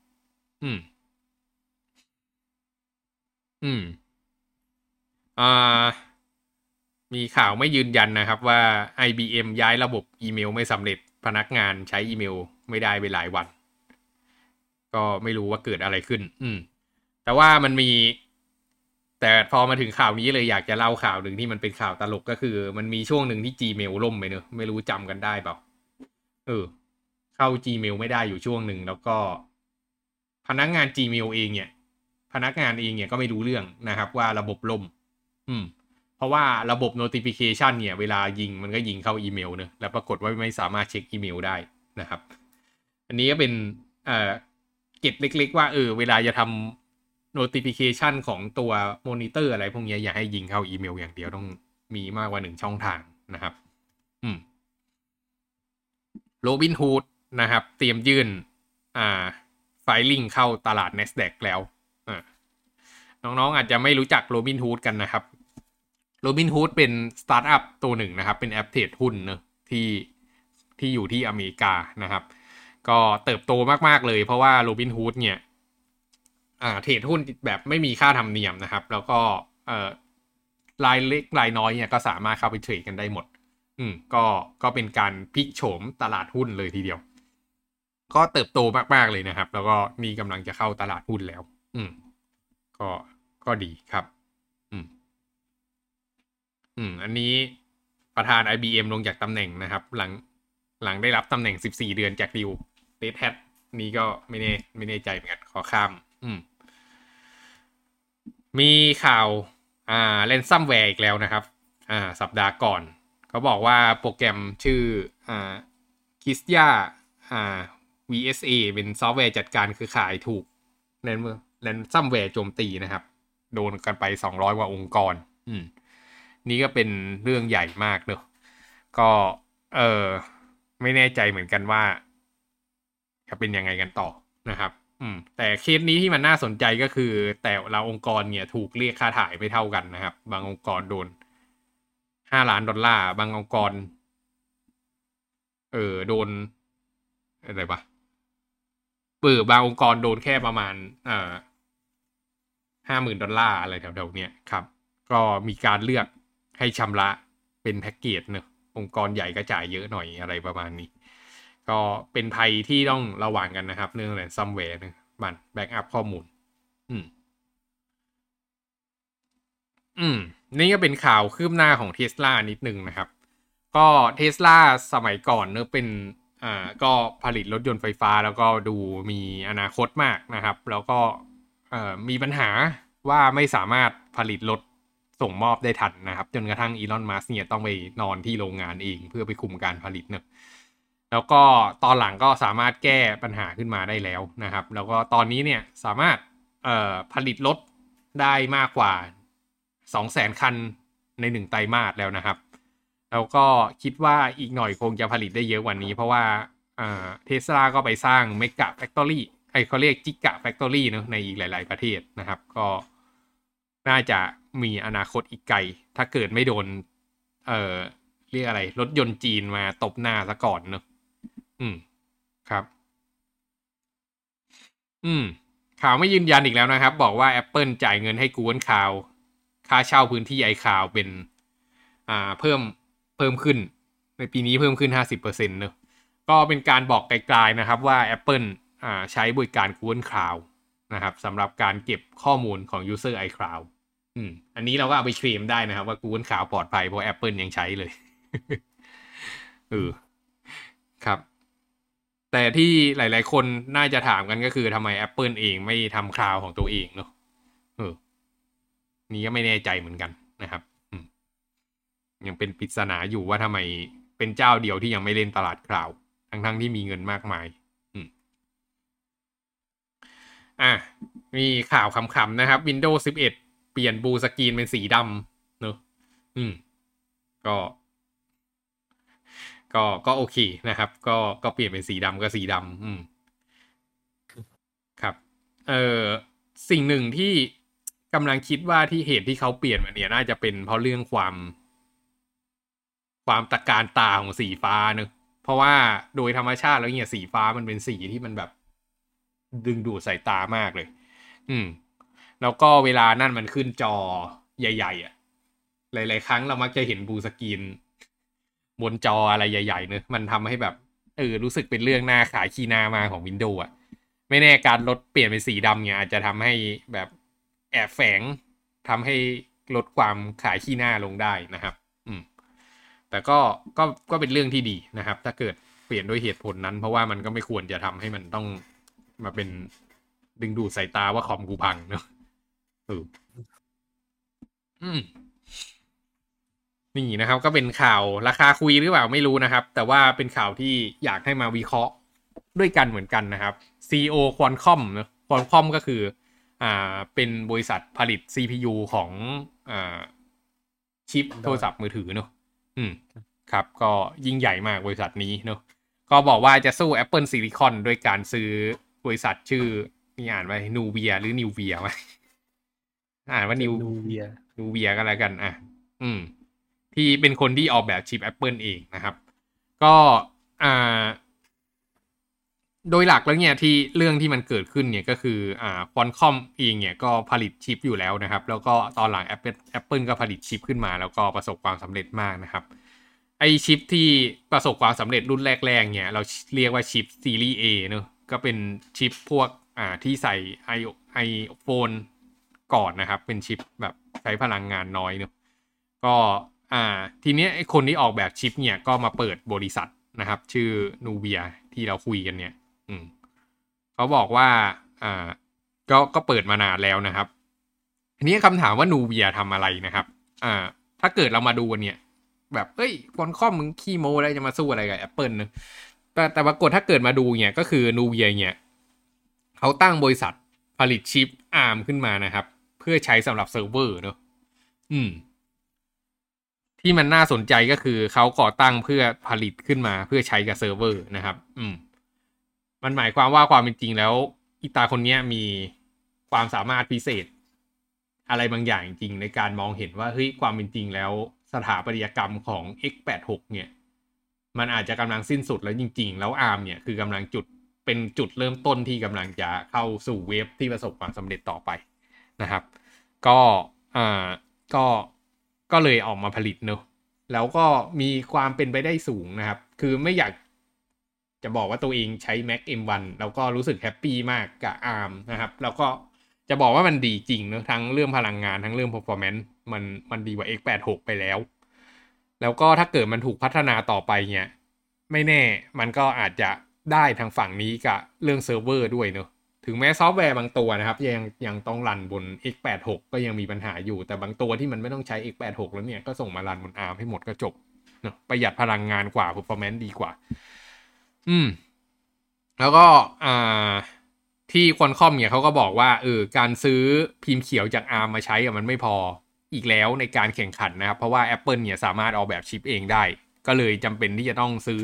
มีข่าวไม่ยืนยันนะครับว่า IBM ย้ายระบบอีเมลไม่สำเร็จพนักงานใช้อีเมลไม่ได้ไปหลายวันก็ไม่รู้ว่าเกิดอะไรขึ้นแต่ว่ามันมีแต่พอมาถึงข่าวนี้เลยอยากจะเล่าข่าวหนึ่งที่มันเป็นข่าวตลกก็คือมันมีช่วงหนึ่งที่ Gmail ล่มไปเนอะไม่รู้จำกันได้เปล่าเข้า Gmail ไม่ได้อยู่ช่วงหนึ่งแล้วก็พนักงาน Gmail เองเนี่ยพนักงานเองเนี่ยก็ไม่รู้เรื่องนะครับว่าระบบล่มเพราะว่าระบบ notification เนี่ยเวลายิงมันก็ยิงเข้าอีเมลเนอะแล้วปรากฏว่าไม่สามารถเช็คอีเมลได้นะครับอันนี้ก็เป็นเก็บเล็กๆว่าเวลาจะทำ notification ของตัวมอนิเตอร์อะไรพวกนี้อย่าให้ยิงเข้าอีเมลอย่างเดียวต้องมีมากกว่า1ช่องทางนะครับRobinhood นะครับเตรียมยื่นไฟลิ่งเข้าตลาด NASDAQ แล้วน้องๆอาจจะไม่รู้จัก Robinhood กันนะครับ Robinhood เป็นสตาร์ทอัพตัวหนึ่งนะครับเป็นแอปเทรดหุ้นเนอะที่อยู่ที่อเมริกานะครับก็เติบโตมากๆเลยเพราะว่า Robinhood เนี่ยเทรดหุ้นแบบไม่มีค่าธรรมเนียมนะครับแล้วก็รายเล็กรายน้อยเนี่ยก็สามารถเข้าไปเทรดกันได้หมดก็เป็นการพลิกโฉมตลาดหุ้นเลยทีเดียวก็เติบโตมากๆเลยนะครับแล้วก็มีกำลังจะเข้าตลาดหุ้นแล้วก็ดีครับอันนี้ประธาน IBM ลงจากตำแหน่งนะครับหลังได้รับตำแหน่ง14 เดือนจากดิว Red Hat นี้ก็ไม่แน่ใจเหมือนกันขอข้ามมีข่าวransomware อีกแล้วนะครับสัปดาห์ก่อนเขาบอกว่าโปรแกรมชื่อKisya VSA เป็นซอฟต์แวร์จัดการเครือข่ายถูกransomware โจมตีนะครับโดนกันไป200 กว่าองค์กรนี่ก็เป็นเรื่องใหญ่มากเนอะก็ไม่แน่ใจเหมือนกันว่าจะเป็นยังไงกันต่อนะครับแต่เคสนี้ที่มันน่าสนใจก็คือแต่ละองค์กรเนี่ยถูกเรียกค่าถ่ายไม่เท่ากันนะครับบางองค์กรโดน$5 ล้านบางองค์กรโดนอะไรปะบางองค์กรโดนแค่ประมาณ$50,000อะไรแถวๆเนี้ยครับก็มีการเลือกให้ชำระเป็นแพ็กเกจเนอะองค์กรใหญ่ก็จ่ายเยอะหน่อยอะไรประมาณนี้ก็เป็นภัยที่ต้องระวังกันนะครับเรื่องอะไรransomwareนะมันแบ็กอัพข้อมูลนี่ก็เป็นข่าวคืบหน้าของ Tesla นิดนึงนะครับก็ Tesla สมัยก่อนเนอะเป็นก็ผลิตรถยนต์ไฟฟ้าแล้วก็ดูมีอนาคตมากนะครับแล้วก็มีปัญหาว่าไม่สามารถผลิตรถส่งมอบได้ทันนะครับจนกระทั่งอีลอน มัสก์เนี่ยต้องไปนอนที่โรงงานเองเพื่อไปคุมการผลิตเนอะแล้วก็ตอนหลังก็สามารถแก้ปัญหาขึ้นมาได้แล้วนะครับแล้วก็ตอนนี้เนี่ยสามารถผลิตรถได้มากกว่า 200,000 คันใน1ไตรมาสแล้วนะครับแล้วก็คิดว่าอีกหน่อยคงจะผลิตได้เยอะกว่านี้เพราะว่าTesla ก็ไปสร้างเมกะแฟคทอรี่เขาเรียกจิกะแฟคทอรี่เนอะในอีกหลายๆประเทศนะครับก็น่าจะมีอนาคตอีกไกลถ้าเกิดไม่โดนเรียกอะไรรถยนต์จีนมาตบหน้าซะก่อนเนอะครับ ข่าวไม่ยืนยันอีกแล้วนะครับบอกว่า Apple จ่ายเงินให้ Google Cloud ค่าเช่าพื้นที่ iCloud เป็นเพิ่มขึ้นในปีนี้เพิ่มขึ้น 50% เนอะก็เป็นการบอกไกลๆนะครับว่า Apple ใช้บริการ Google Cloud นะครับสำหรับการเก็บข้อมูลของ User iCloud อันนี้เราก็เอาไปเคลมได้นะครับว่า Google Cloud ปลอดภัยเพราะ Apple ยังใช้เลย ครับแต่ที่หลายๆคนน่าจะถามกันก็คือทำไม Apple เองไม่ทำคลาวด์ของตัวเองเนาะนี่ก็ไม่แน่ใจเหมือนกันนะครับยังเป็นปริศนาอยู่ว่าทำไมเป็นเจ้าเดียวที่ยังไม่เล่นตลาดคลาวด์ทั้งที่มีเงินมากมายมีข่าวขำๆนะครับ Windows 11 เปลี่ยนบลูสกรีนเป็นสีดำเนอะก็โอเคนะครับก็เปลี่ยนเป็นสีดำก็สีดำครับสิ่งหนึ่งที่กำลังคิดว่าที่เหตุที่เขาเปลี่ยนมาเนี่ยน่าจะเป็นเพราะเรื่องความตะการตาของสีฟ้าเนอะเพราะว่าโดยธรรมชาติแล้วเนี่ยสีฟ้ามันเป็นสีที่มันแบบดึงดูดสายตามากเลยแล้วก็เวลานั่นมันขึ้นจอใหญ่ๆหลายๆครั้งเรามักจะเห็นบลูสกรีนบนจออะไรใหญ่ๆเนอะมันทำให้แบบรู้สึกเป็นเรื่องหน้าขายขี้หน้ามาของ Windows ไม่แน่การลดเปลี่ยนเป็นสีดำเนี่ยอาจจะทำให้แบบแอบแฝงทำให้ลดความขายขี้หน้าลงได้นะครับแต่ก็เป็นเรื่องที่ดีนะครับถ้าเกิดเปลี่ยนด้วยเหตุผลนั้นเพราะว่ามันก็ไม่ควรจะทำให้มันต้องมาเป็นดึงดูดสายตาว่าคอมกูพังเนอะนี่นะครับก็เป็นข่าวราคาคุยหรือเปล่าไม่รู้นะครับแต่ว่าเป็นข่าวที่อยากให้มาวิเคราะห์ด้วยกันเหมือนกันนะครับ CEO Qualcomm นะ Qualcomm ก็คือเป็นบริษัทผลิต CPU ของชิปโทรศัพท์มือถือเนอะครับก็ยิ่งใหญ่มากบริษัทนี้เนอะก็บอกว่าจะสู้ Apple Silicon ด้วยการซื้อบริษัทชื่อนี่อ่านว่า Nuvia หรือ Nuvia ไหมอ่านว่า Nuvia ก็แล้วกันที่เป็นคนที่ออกแบบชิป Apple เองนะครับก็โดยหลักแล้วเนี่ยที่เรื่องที่มันเกิดขึ้นเนี่ยก็คือQualcomm เองเนี่ยก็ผลิตชิปอยู่แล้วนะครับแล้วก็ตอนหลัง Apple ก็ผลิตชิปขึ้นมาแล้วก็ประสบความสำเร็จมากนะครับไอชิปที่ประสบความสำเร็จรุ่นแรกๆเนี่ยเราเรียกว่าชิปซีรีส์ A เนอะก็เป็นชิปพวกที่ใส่ iPhone ก่อนนะครับเป็นชิปแบบใช้พลังงานน้อยเนอะก็ทีเนี้ยไอคนที่ออกแบบชิปเนี่ยก็มาเปิดบริษัทนะครับชื่อ Nuvia ที่เราคุยกันเนี่ยเขาบอกว่าก็เปิดมานานแล้วนะครับทีนี้คำถามว่า Nuvia ทำอะไรนะครับถ้าเกิดเรามาดูเนี่ยแบบQualcommมึงขี้โม้แล้วจะมาสู้อะไรกับ Apple นะแต่ปรากฏถ้าเกิดมาดูเนี่ยก็คือ Nuvia เนี่ยเขาตั้งบริษัทผลิตชิป ARM ขึ้นมานะครับเพื่อใช้สำหรับเซิร์ฟเวอร์เนอะที่มันน่าสนใจก็คือเขาก่อตั้งเพื่อผลิตขึ้นมาเพื่อใช้กับเซิร์ฟเวอร์นะครับมันหมายความว่าความเป็นจริงแล้วอีตาคนนี้มีความสามารถพิเศษอะไรบางอย่างจริงในการมองเห็นว่าเฮ้ยความเป็นจริงแล้วสถาปัตยกรรมของ x86 เนี่ยมันอาจจะกำลังสิ้นสุดแล้วจริงๆแล้ว ARM เนี่ยคือกำลังเป็นจุดเริ่มต้นที่กำลังจะเข้าสู่เวฟที่ประสบความสำเร็จต่อไปนะครับก็เลยออกมาผลิตเนอะแล้วก็มีความเป็นไปได้สูงนะครับคือไม่อยากจะบอกว่าตัวเองใช้ Mac M1 แล้วก็รู้สึกแฮปปี้มากกับ ARM นะครับแล้วก็จะบอกว่ามันดีจริงเนอะทั้งเรื่องพลังงานทั้งเรื่อง performance มันดีกว่า x86 ไปแล้วก็ถ้าเกิดมันถูกพัฒนาต่อไปเนี่ยไม่แน่มันก็อาจจะได้ทางฝั่งนี้กับเรื่องเซิร์ฟเวอร์ด้วยเนอะถึงแม้ซอฟต์แวร์บางตัวนะครับยังต้องรันบน x86 ก็ยังมีปัญหาอยู่แต่บางตัวที่มันไม่ต้องใช้ x86 แล้วเนี่ยก็ส่งมารันบน ARM ให้หมดก็จบเนอะประหยัดพลังงานกว่า performance ดีกว่าแล้วก็ที่Qualcommเนี่ยเขาก็บอกว่าการซื้อพิมพ์เขียวจาก ARM มาใช้มันไม่พออีกแล้วในการแข่งขันนะครับเพราะว่า Apple เนี่ยสามารถออกแบบชิปเองได้ก็เลยจำเป็นที่จะต้องซื้อ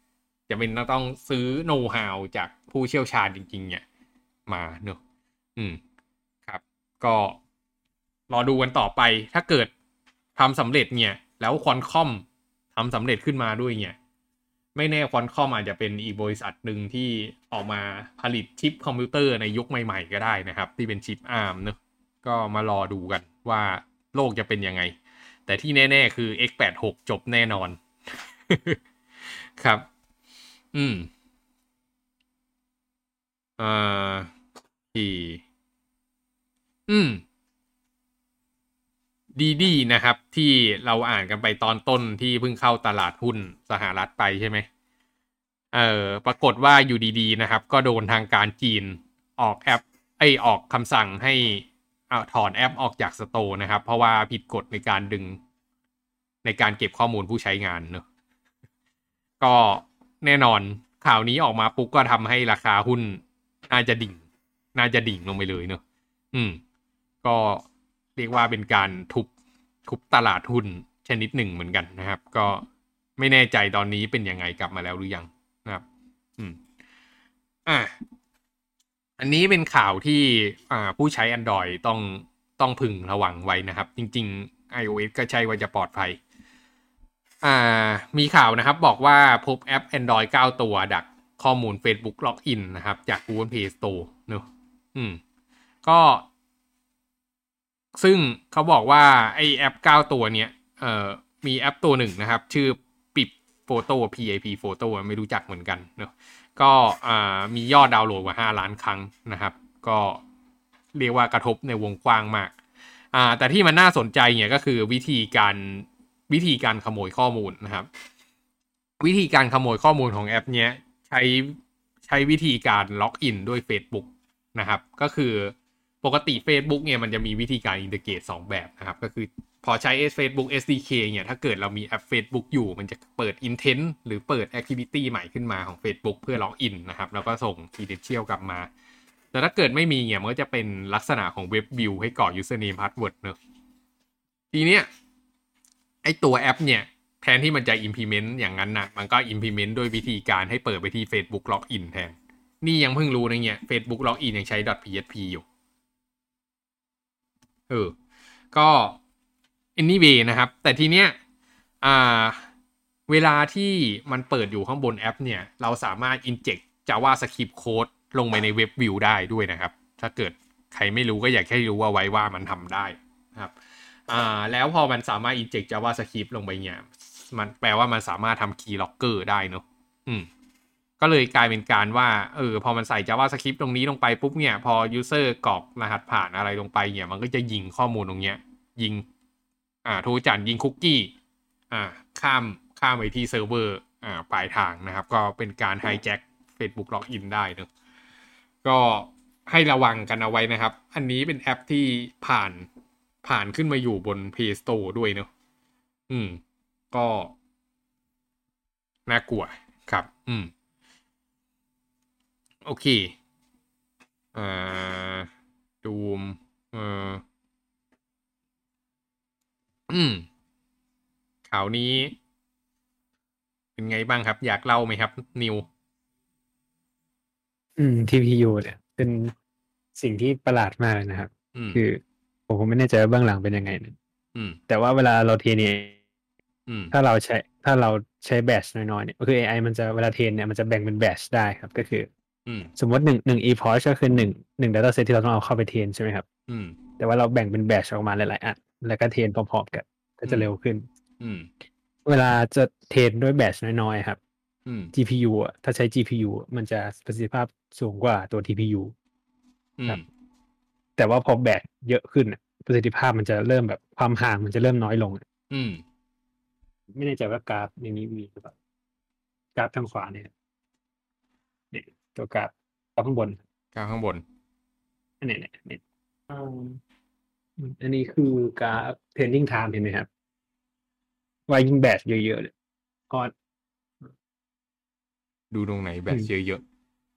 โน้ตฮาวจากผู้เชี่ยวชาญจริงๆเนี่ยมาเนอะครับก็รอดูกันต่อไปถ้าเกิดทำสำเร็จเนี่ยแล้วQualcommทำสำเร็จขึ้นมาด้วยเนี่ยไม่แน่ควอนคอมอาจจะเป็นอีกบริษัทหนึ่งที่ออกมาผลิตชิปคอมพิวเตอร์ในยุคใหม่ๆก็ได้นะครับที่เป็นชิป ARM เนอะก็มารอดูกันว่าโลกจะเป็นยังไงแต่ที่แน่ๆคือ x86 จบแน่นอน ครับที่ดีนะครับที่เราอ่านกันไปตอนต้นที่เพิ่งเข้าตลาดหุ้นสหรัฐไปใช่ไหมปรากฏว่าอยู่ดีๆนะครับก็โดนทางการจีนออกแอปออกคำสั่งให้ถอนแอปออกจากสโตร์นะครับเพราะว่าผิดกฎในการดึงในการเก็บข้อมูลผู้ใช้งานเนอะก็แน่นอนข่าวนี้ออกมาปุ๊บก็ทำให้ราคาหุ้นน่าจะดิ่งลงไปเลยเนอะก็เรียกว่าเป็นการทุบตลาดหุ้นชนิดหนึ่งเหมือนกันนะครับก็ไม่แน่ใจตอนนี้เป็นยังไงกลับมาแล้วหรือยังนะครับอันนี้เป็นข่าวที่ผู้ใช้ Android ต้องพึงระวังไว้นะครับจริงๆ iOS ก็ใช่ว่าจะปลอดภัยมีข่าวนะครับบอกว่าพบแอป Android 9 ตัวดักข้อมูล Facebook Login นะครับจาก Google Play Store เนอะก็ซึ่งเขาบอกว่าไอแอป9ตัวเนี้ยมีแอปตัวหนึ่งนะครับชื่อปิบโฟโต้ PAP โฟโต้ไม่รู้จักเหมือนกันเนอะก็มียอดดาวน์โหลดกว่า5 ล้านครั้งนะครับก็เรียกว่ากระทบในวงกว้างมากแต่ที่มันน่าสนใจเนี่ยก็คือวิธีการขโมยข้อมูลนะครับวิธีการขโมยข้อมูลของแอปเนี้ยใช้วิธีการล็อกอินด้วย Facebook นะครับก็คือปกติ Facebook เนี่ยมันจะมีวิธีการอินเทอร์เกต2แบบนะครับก็คือพอใช้ Facebook SDK เนี่ยถ้าเกิดเรามีแอป Facebook อยู่มันจะเปิด Intent หรือเปิด Activity ใหม่ขึ้นมาของ Facebook เพื่อล็อกอินนะครับแล้วก็ส่ง Credential กลับมาแต่ถ้าเกิดไม่มีเนี่ยมันก็จะเป็นลักษณะของ Web View ให้กรอก Username Password เนอะทีเนี้ยไอตัวแอปเนี่ยแทนที่มันจะ implement อย่างนั้นนะมันก็ implement ด้วยวิธีการให้เปิดไปที่ Facebook Login แทนนี่ยังเพิ่งรู้นะเนี่ย Facebook Login ยังใช้ .php อยู่ก็ anyway นะครับแต่ทีเนี้ยเวลาที่มันเปิดอยู่ข้างบนแอปเนี่ยเราสามารถ inject JavaScript code ลงไปใน Web View ได้ด้วยนะครับถ้าเกิดใครไม่รู้ก็อยากให้รู้ว่าไว้ว่ามันทำได้นะครับแล้วพอมันสามารถ inject JavaScript ลงไปเนี่ยมันแปลว่ามันสามารถทำ Key Locker ได้เนอะก็เลยกลายเป็นการว่าพอมันใส่ JavaScript ตรงนี้ลงไปปุ๊บเนี่ยพอ user กรอกรหัสผ่านอะไรลงไปเนี่ยมันก็จะยิงข้อมูลตรงเนี้ยยิงโทรจันยิงคุกกี้ข้ามไปที่เซิร์ฟเวอร์ปลายทางนะครับก็เป็นการไฮแจ็ค Facebook Login ได้เนอะก็ให้ระวังกันเอาไว้นะครับอันนี้เป็นแอปที่ผ่านขึ้นมาอยู่บน Play Store ด้วยเนอะก็น่ากลัวครับโอเคดูมข่าวนี้เป็นไงบ้างครับอยากเล่าไหมครับนิว TPU เนี่ยเป็นสิ่งที่ประหลาดมากนะครับคือผมไม่แน่ใจว่าเบื้องหลังเป็นยังไงนะแต่ว่าเวลาเราเทรนเนี่ยถ้าเราใช้แบชน้อยๆเนี่ยก็คือ AI มันจะเวลาเทรนเนี่ยมันจะแบ่งเป็นแบชได้ครับก็คือสมมติหนึ่ง epoch ก็คือหนึ่ง data set ที่เราต้องเอาเข้าไปเทรนใช่ไหมครับแต่ว่าเราแบ่งเป็นแบชออกมาหลายๆอันแล้วก็เทรนพร้อมๆกันก็จะเร็วขึ้นเวลาจะเทรนด้วยแบชน้อยๆครับGPU อ่ะถ้าใช้ GPU มันจะประสิทธิภาพสูงกว่าตัว TPU ครับแต่ว่าพอแบตเยอะขึ้นประสิทธิภาพมันจะเริ่มแบบความห่างมันจะเริ่มน้อยลงไม่แน่ใจว่ากราฟในนี้มีหรือเปล่ากราฟทางขวาเนี่ยตัวกราฟข้างบนอันนี้เนี่ยอันนี้คือกราฟ training time เห็นไหมครับว่ายิ่งแบตเยอะๆเลยก็ดูตรงไหนแบตเยอะ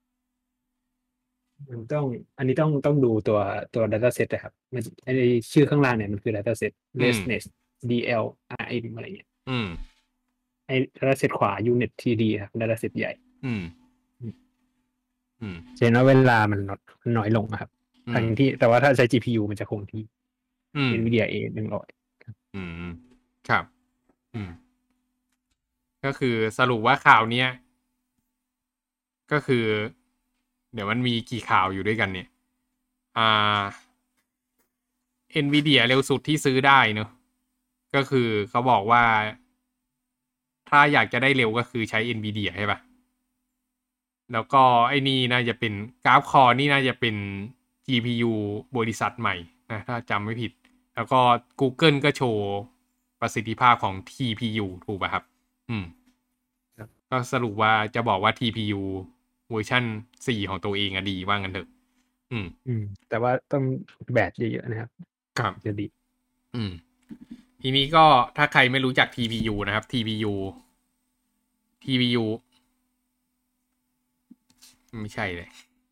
มันอันนี้ต้องดูตัว data set นะครับมันไอ้ชื่อข้างล่างเนี่ยมันคือ data set lessness DL RM อะไรเงี้ยไอ้ data set ขวา unit TD ครับ data set ใหญ่เห็นว่าเวลามันน้อยลงครับทั้งที่แต่ว่าถ้าใช้ GPU มันจะคงที่ NVIDIA A100 ครับก็คือสรุปว่าข่าวเนี้ยก็คือเดี๋ยวมันมีกี่ข่าวอยู่ด้วยกันเนี่ยNvidia เร็วสุดที่ซื้อได้เนอะก็คือเขาบอกว่าถ้าอยากจะได้เร็วก็คือใช้ Nvidia ใช่ปะแล้วก็ไอ้นี่น่าจะเป็นกราฟคอร์นี่น่าจะเป็น GPU บริษัทใหม่นะถ้าจำไม่ผิดแล้วก็ Google ก็โชว์ประสิทธิภาพของ TPU ถูกป่ะครับก็สรุปว่าจะบอกว่า TPU เวอร์ชัน4ของตัวเองอะดีว่างั้นเถอะแต่ว่าต้องแบตเยอะๆนะครับครับจะดีทีนี้ก็ถ้าใครไม่รู้จัก TPU นะครับ TPU ไม่ใช่เลย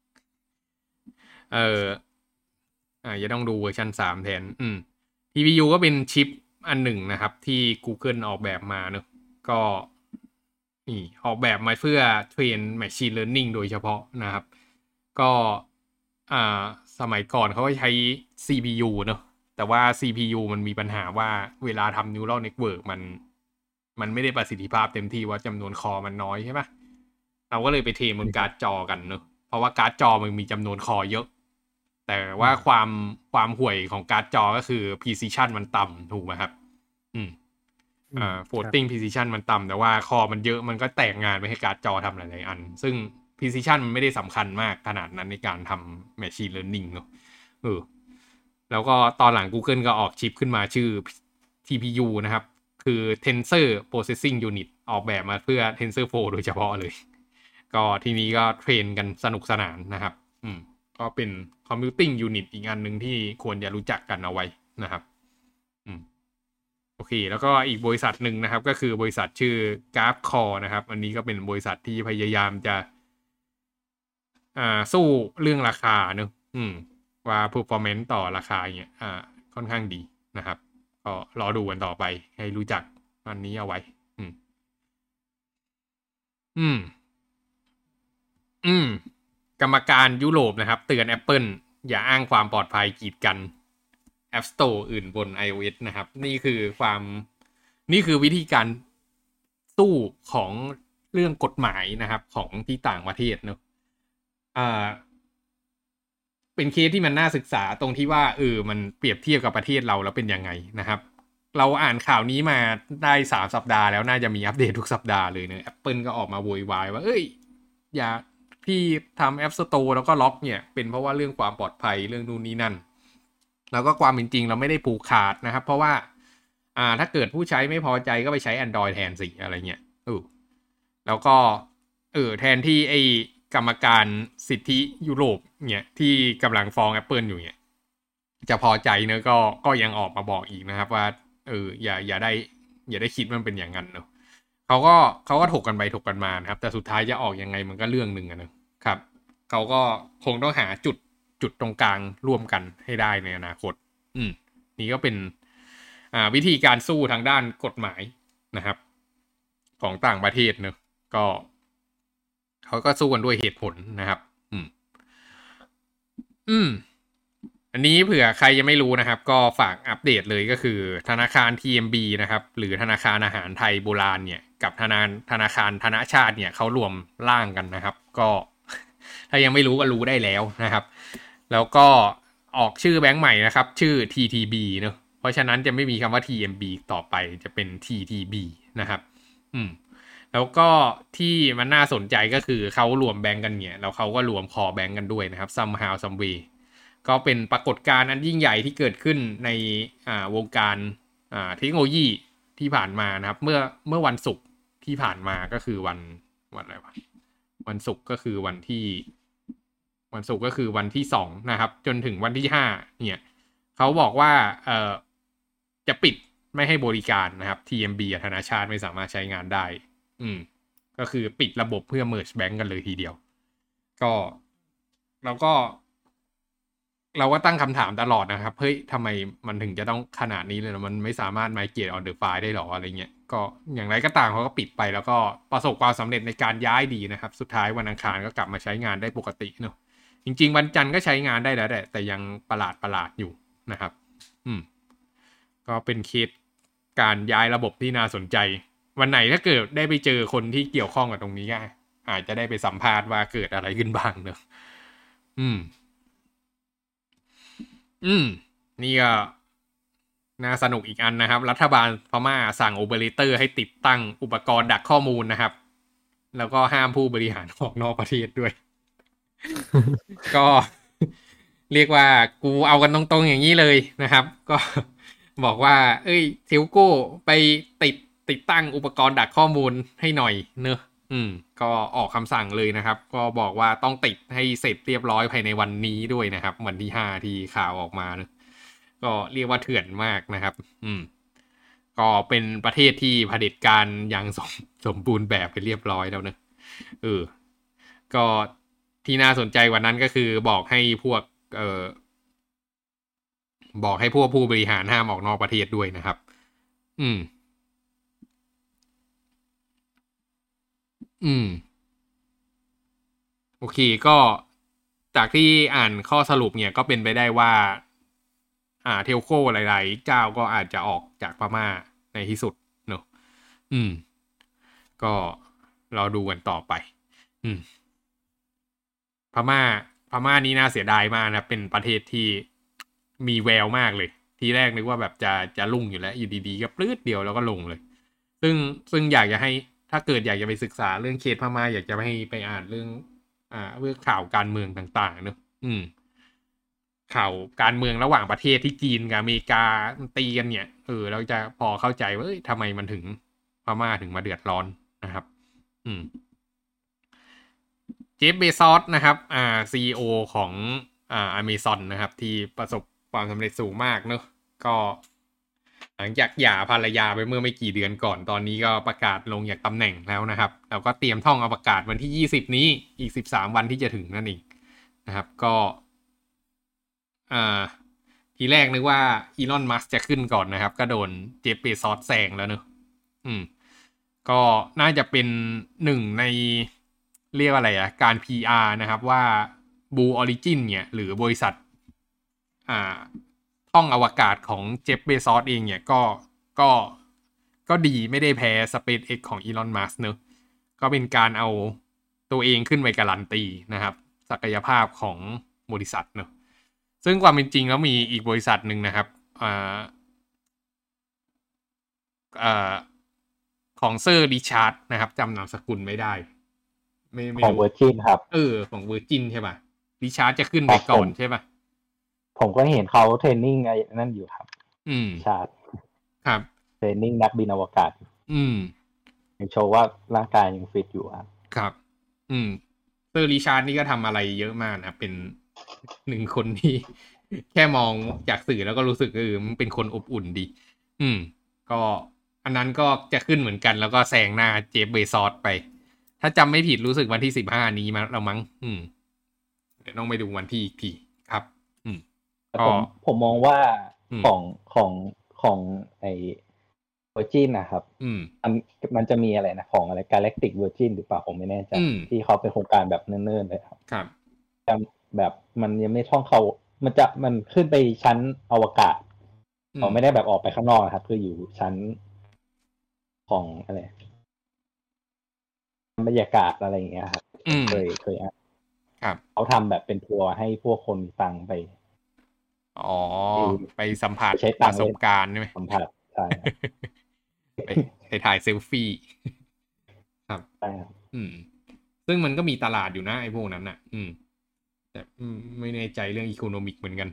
จะต้องดูเวอร์ชัน3แทนTPU ก็เป็นชิปอันหนึ่งนะครับที่ Google ออกแบบมาเนอะก็นี่ออกแบบมาเพื่อเทรน Machine Learning โดยเฉพาะนะครับก็สมัยก่อนเขาก็ใช้ CPU เนอะแต่ว่า CPU มันมีปัญหาว่าเวลาทำ Neural Network มันไม่ได้ประสิทธิภาพเต็มที่ว่าจำนวนคอมันน้อยใช่ไหมเราก็เลยไปเทรนบนการ์ดจอกันเนอะเพราะว่าการ์ดจอมันมีจำนวนคอเยอะแต่ว่าความห่วยของการ์ดจอก็คือ precision มันต่ำถูกไหมครับfloating precision มันต่ำแต่ว่าคอมันเยอะมันก็แตกงานไปให้การ์ดจอทำหลายๆอันซึ่ง precision มันไม่ได้สำคัญมากขนาดนั้นในการทำ machine learning เนอะแล้วก็ตอนหลัง Google ก็ออกชิปขึ้นมาชื่อ TPU นะครับคือ Tensor Processing Unit ออกแบบมาเพื่อ TensorFlow โดยเฉพาะเลยก็ทีนี้ก็เทรนกันสนุกสนานนะครับก็เป็น Computing Unit อีกอันหนึ่งที่ควรจะรู้จักกันเอาไว้นะครับโอเคแล้วก็อีกบริษัทหนึ่งนะครับก็คือบริษัทชื่อ Graphcore นะครับอันนี้ก็เป็นบริษัทที่พยายามจะสู้เรื่องราคาเนอะว่า performance ต่อราคาเนี่ยค่อนข้างดีนะครับก็รอดูกันต่อไปให้รู้จักอันนี้เอาไว้กรรมการยุโรปนะครับเตือน Apple อย่าอ้างความปลอดภัยกีดกัน App Store อื่นบน iOS นะครับนี่คือวิธีการสู้ของเรื่องกฎหมายนะครับของที่ต่างประเทศเนอะเป็นเคสที่มันน่าศึกษาตรงที่ว่ามันเปรียบเทียบกับประเทศเราแล้วเป็นยังไงนะครับเราอ่านข่าวนี้มาได้3 สัปดาห์แล้วน่าจะมีอัปเดตทุกสัปดาห์เลยเนอะ Apple ก็ออกมาโวยวายว่าอย่าที่ทำ App Store แล้วก็ล็อกเนี่ยเป็นเพราะว่าเรื่องความปลอดภัยเรื่องนู่นนี่นั่นแล้วก็ความเป็นจริงเราไม่ได้ผูกขาดนะครับเพราะว่าถ้าเกิดผู้ใช้ไม่พอใจก็ไปใช้ Android แทนสิอะไรเงี้ยแล้วก็แทนที่ไอกรรมการสิทธิยุโรปเนี่ยที่กำลังฟ้อง Apple อยู่เนี่ยจะพอใจเนอะก็ยังออกมาบอกอีกนะครับว่าอย่าได้คิดมันเป็นอย่างนั้นเนอะเขาก็ถกกันไปถกกันมานะครับแต่สุดท้ายจะออกยังไงมันก็เรื่องหนึ่งนะครับเขาก็คงต้องหาจุดตรงกลางร่วมกันให้ได้ในอนาคตนี่ก็เป็นวิธีการสู้ทางด้านกฎหมายนะครับของต่างประเทศเนอะก็เขาก็สู้กันด้วยเหตุผลนะครับอันนี้เผื่อใครยังไม่รู้นะครับก็ฝากอัปเดตเลยก็คือธนาคาร TMB นะครับหรือธนาคารอาหารไทยโบราณเนี่ยกับธนาคารธนชาติเนี่ยเขารวมร่างกันนะครับก็ถ้ายังไม่รู้ก็รู้ได้แล้วนะครับแล้วก็ออกชื่อแบงค์ใหม่นะครับชื่อ TTB เนอะเพราะฉะนั้นจะไม่มีคำว่า TMB ต่อไปจะเป็น TTB นะครับแล้วก็ที่มันน่าสนใจก็คือเขารวมแบงก์กันเนี่ยแล้วเขาก็รวมคอแบงก์กันด้วยนะครับ somehow some way ก็เป็นปรากฏการณ์อันยิ่งใหญ่ที่เกิดขึ้นในวงการเทคโนโลยีที่ผ่านมานะครับเมื่อวันศุกร์ที่ผ่านมาก็คือวันอะไรวะวันศุกร์ก็คือวันที่2นะครับจนถึงวันที่5เนี่ยเขาบอกว่าจะปิดไม่ให้บริการนะครับ TMB ธนาชาติไม่สามารถใช้งานได้ก็คือปิดระบบเพื่อ merge bank กันเลยทีเดียวก็เราก็ตั้งคำถามตลอดนะครับเฮ้ยทำไมมันถึงจะต้องขนาดนี้เลยนะมันไม่สามารถ migrate on the fly ได้หรออะไรเงี้ยก็อย่างไรก็ตามเขาก็ปิดไปแล้วก็ประสบความสำเร็จในการย้ายดีนะครับสุดท้ายวันอังคารก็กลับมาใช้งานได้ปกติเนอะจริงๆวันจันทร์ก็ใช้งานได้แล้วแต่ยังประหลาดอยู่นะครับก็เป็นเคสการย้ายระบบที่น่าสนใจวันไหนถ้าเกิดได้ไปเจอคนที่เกี่ยวข้องกับตรงนี้ก็อาจจะได้ไปสัมภาษณ์ว่าเกิดอะไรขึ้นบ้างเนอะนี่ก็น่าสนุกอีกอันนะครับรัฐบาลพม่าสั่งโอเปอเรเตอร์ให้ติดตั้งอุปกรณ์ดักข้อมูลนะครับแล้วก็ห้ามผู้บริหารออกนอกประเทศด้วย ก็เรียกว่ากูเอากันตรงๆอย่างนี้เลยนะครับก็บอกว่าเอ้ยเทลโก้ไปติดตั้งอุปกรณ์ดักข้อมูลให้หน่อยเนอะก็ออกคำสั่งเลยนะครับก็บอกว่าต้องติดให้เสร็จเรียบร้อยภายในวันนี้ด้วยนะครับวันที่5ที่ข่าวออกมาเนอะก็เรียกว่าเถื่อนมากนะครับก็เป็นประเทศที่เผด็จการอย่างสมบูรณ์แบบไปเรียบร้อยแล้วเนอะก็ที่น่าสนใจกว่านั้นก็คือบอกให้พวกผู้บริหารห้ามออกนอกประเทศด้วยนะครับโอเคก็จากที่อ่านข้อสรุปเนี่ยก็เป็นไปได้ว่าเทลโก้หลายๆเจ้าก็อาจจะออกจากพม่าในที่สุดเนอะก็รอดูกันต่อไปพม่านี้น่าเสียดายมากนะเป็นประเทศที่มีแววมากเลยทีแรกนึกว่าแบบจะลุ่งอยู่แล้วอยู่ดีๆก็ปลื้ดเดียวแล้วก็ลงเลยซึ่งอยากจะให้ถ้าเกิดอยากจะไปศึกษาเรื่องเคสพม่าอยากจะให้ไปอ่านเรื่องข่าวการเมืองต่างๆเนอะข่าวการเมืองระหว่างประเทศที่จีนกับอเมริกาตีกันเนี่ยเราจะพอเข้าใจว่าทำไมมันถึงพม่าถึงมาเดือดร้อนนะครับเจฟ เบซอสนะครับCEO ของAmazon นะครับที่ประสบความสำเร็จสูงมากเนอะก็หลังจากหย่าภรรยาไปเมื่อไม่กี่เดือนก่อนตอนนี้ก็ประกาศลงจากตำแหน่งแล้วนะครับแล้วก็เตรียมท่องเอาประกาศวันที่20นี้อีก13วันที่จะถึงนั่นเองนะครับก็ทีแรกนึกว่าอีลอน มัสก์จะขึ้นก่อนนะครับก็โดนเจฟ เบซอสแซงแล้วเนอะก็น่าจะเป็นหนึ่งในเรียกว่าอะไรการ PR นะครับว่า Blue Origin เนี่ยหรือบริษัทท่องอวกาศของเจฟ เบซอสเองเนี่ยก็ดีไม่ได้แพ้ SpaceX ของอีลอน มัสก์เนอะก็เป็นการเอาตัวเองขึ้นไปการันตีนะครับศักยภาพของบริษัทเนอะซึ่งความเป็นจริงแล้วมีอีกบริษัทหนึ่งนะครับของเซอร์ริชาร์ดนะครับจำนามสกุลไม่ได้ไม่ของเวอร์จินครับของเวอร์จินใช่ป่ะริชาร์ดจะขึ้นไปก่อนใช่ป่ะผมก็เห็นเขาเทรนนิ่งไอ้นั่นอยู่ครับชาร์ดครับเทรนนิ่งนักบินอวกาศยังโชว์ว่าร่างกายยังฟิตอยู่ครับเซอร์ริชาร์ดนี่ก็ทำอะไรเยอะมากนะเป็นหนึ่งคนที่แค่มองจากสื่อแล้วก็รู้สึกมันเป็นคนอบอุ่นดีก็อันนั้นก็จะขึ้นเหมือนกันแล้วก็แซงหน้าเจฟ เบซอสไปถ้าจำไม่ผิดรู้สึกวันที่15นี้มาแล้วมั้งเดี๋ยวต้องไปดูวันที่อีกทีครับผมมองว่าของไอ้เวอร์จินนะครับมันจะมีอะไรนะของอะไร Galactic Virgin หรือเปล่าผมไม่แน่ใจที่เขาเป็นโครงการแบบเนิ่นๆเลยครับแบบมันยังไม่ท่องเขามันขึ้นไปชั้นอวกาศเขาไม่ได้แบบออกไปข้างนอกครับคืออยู่ชั้นของอะไรบรรยากาศอะไรอย่างเงี้ยครับเคยครับเขาทำแบบเป็นทัวร์ให้พวกคนฟังไปไปสัมผัสประสบการณ์ใช่ไหมสัมผัสใช่ไปถ่ายเซลฟี่ครับใช่ครับซึ่งมันก็มีตลาดอยู่นะไอ้พวกนั้นน่ะแต่ไม่แน่ใจเรื่องอีโคโนมิกเหมือนกัน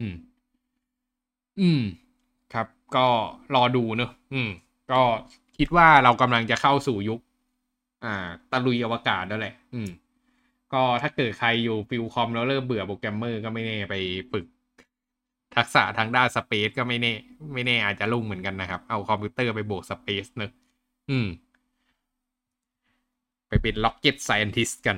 ครับก็รอดูเนอะก็คิดว่าเรากำลังจะเข้าสู่ยุคตะลุยอวกาศแล้วแหละก็ถ้าเกิดใครอยู่ฟิลคอมแล้วเริ่มเบื่อโปรแกรมเมอร์ก็ไม่แน่ไปฝึกทักษะทางด้านสเปซก็ไม่แน่อาจจะลุ่งเหมือนกันนะครับเอาคอมพิวเตอร์ไปโบกสเปซเนอะไปเป็น Rocket Scientist กัน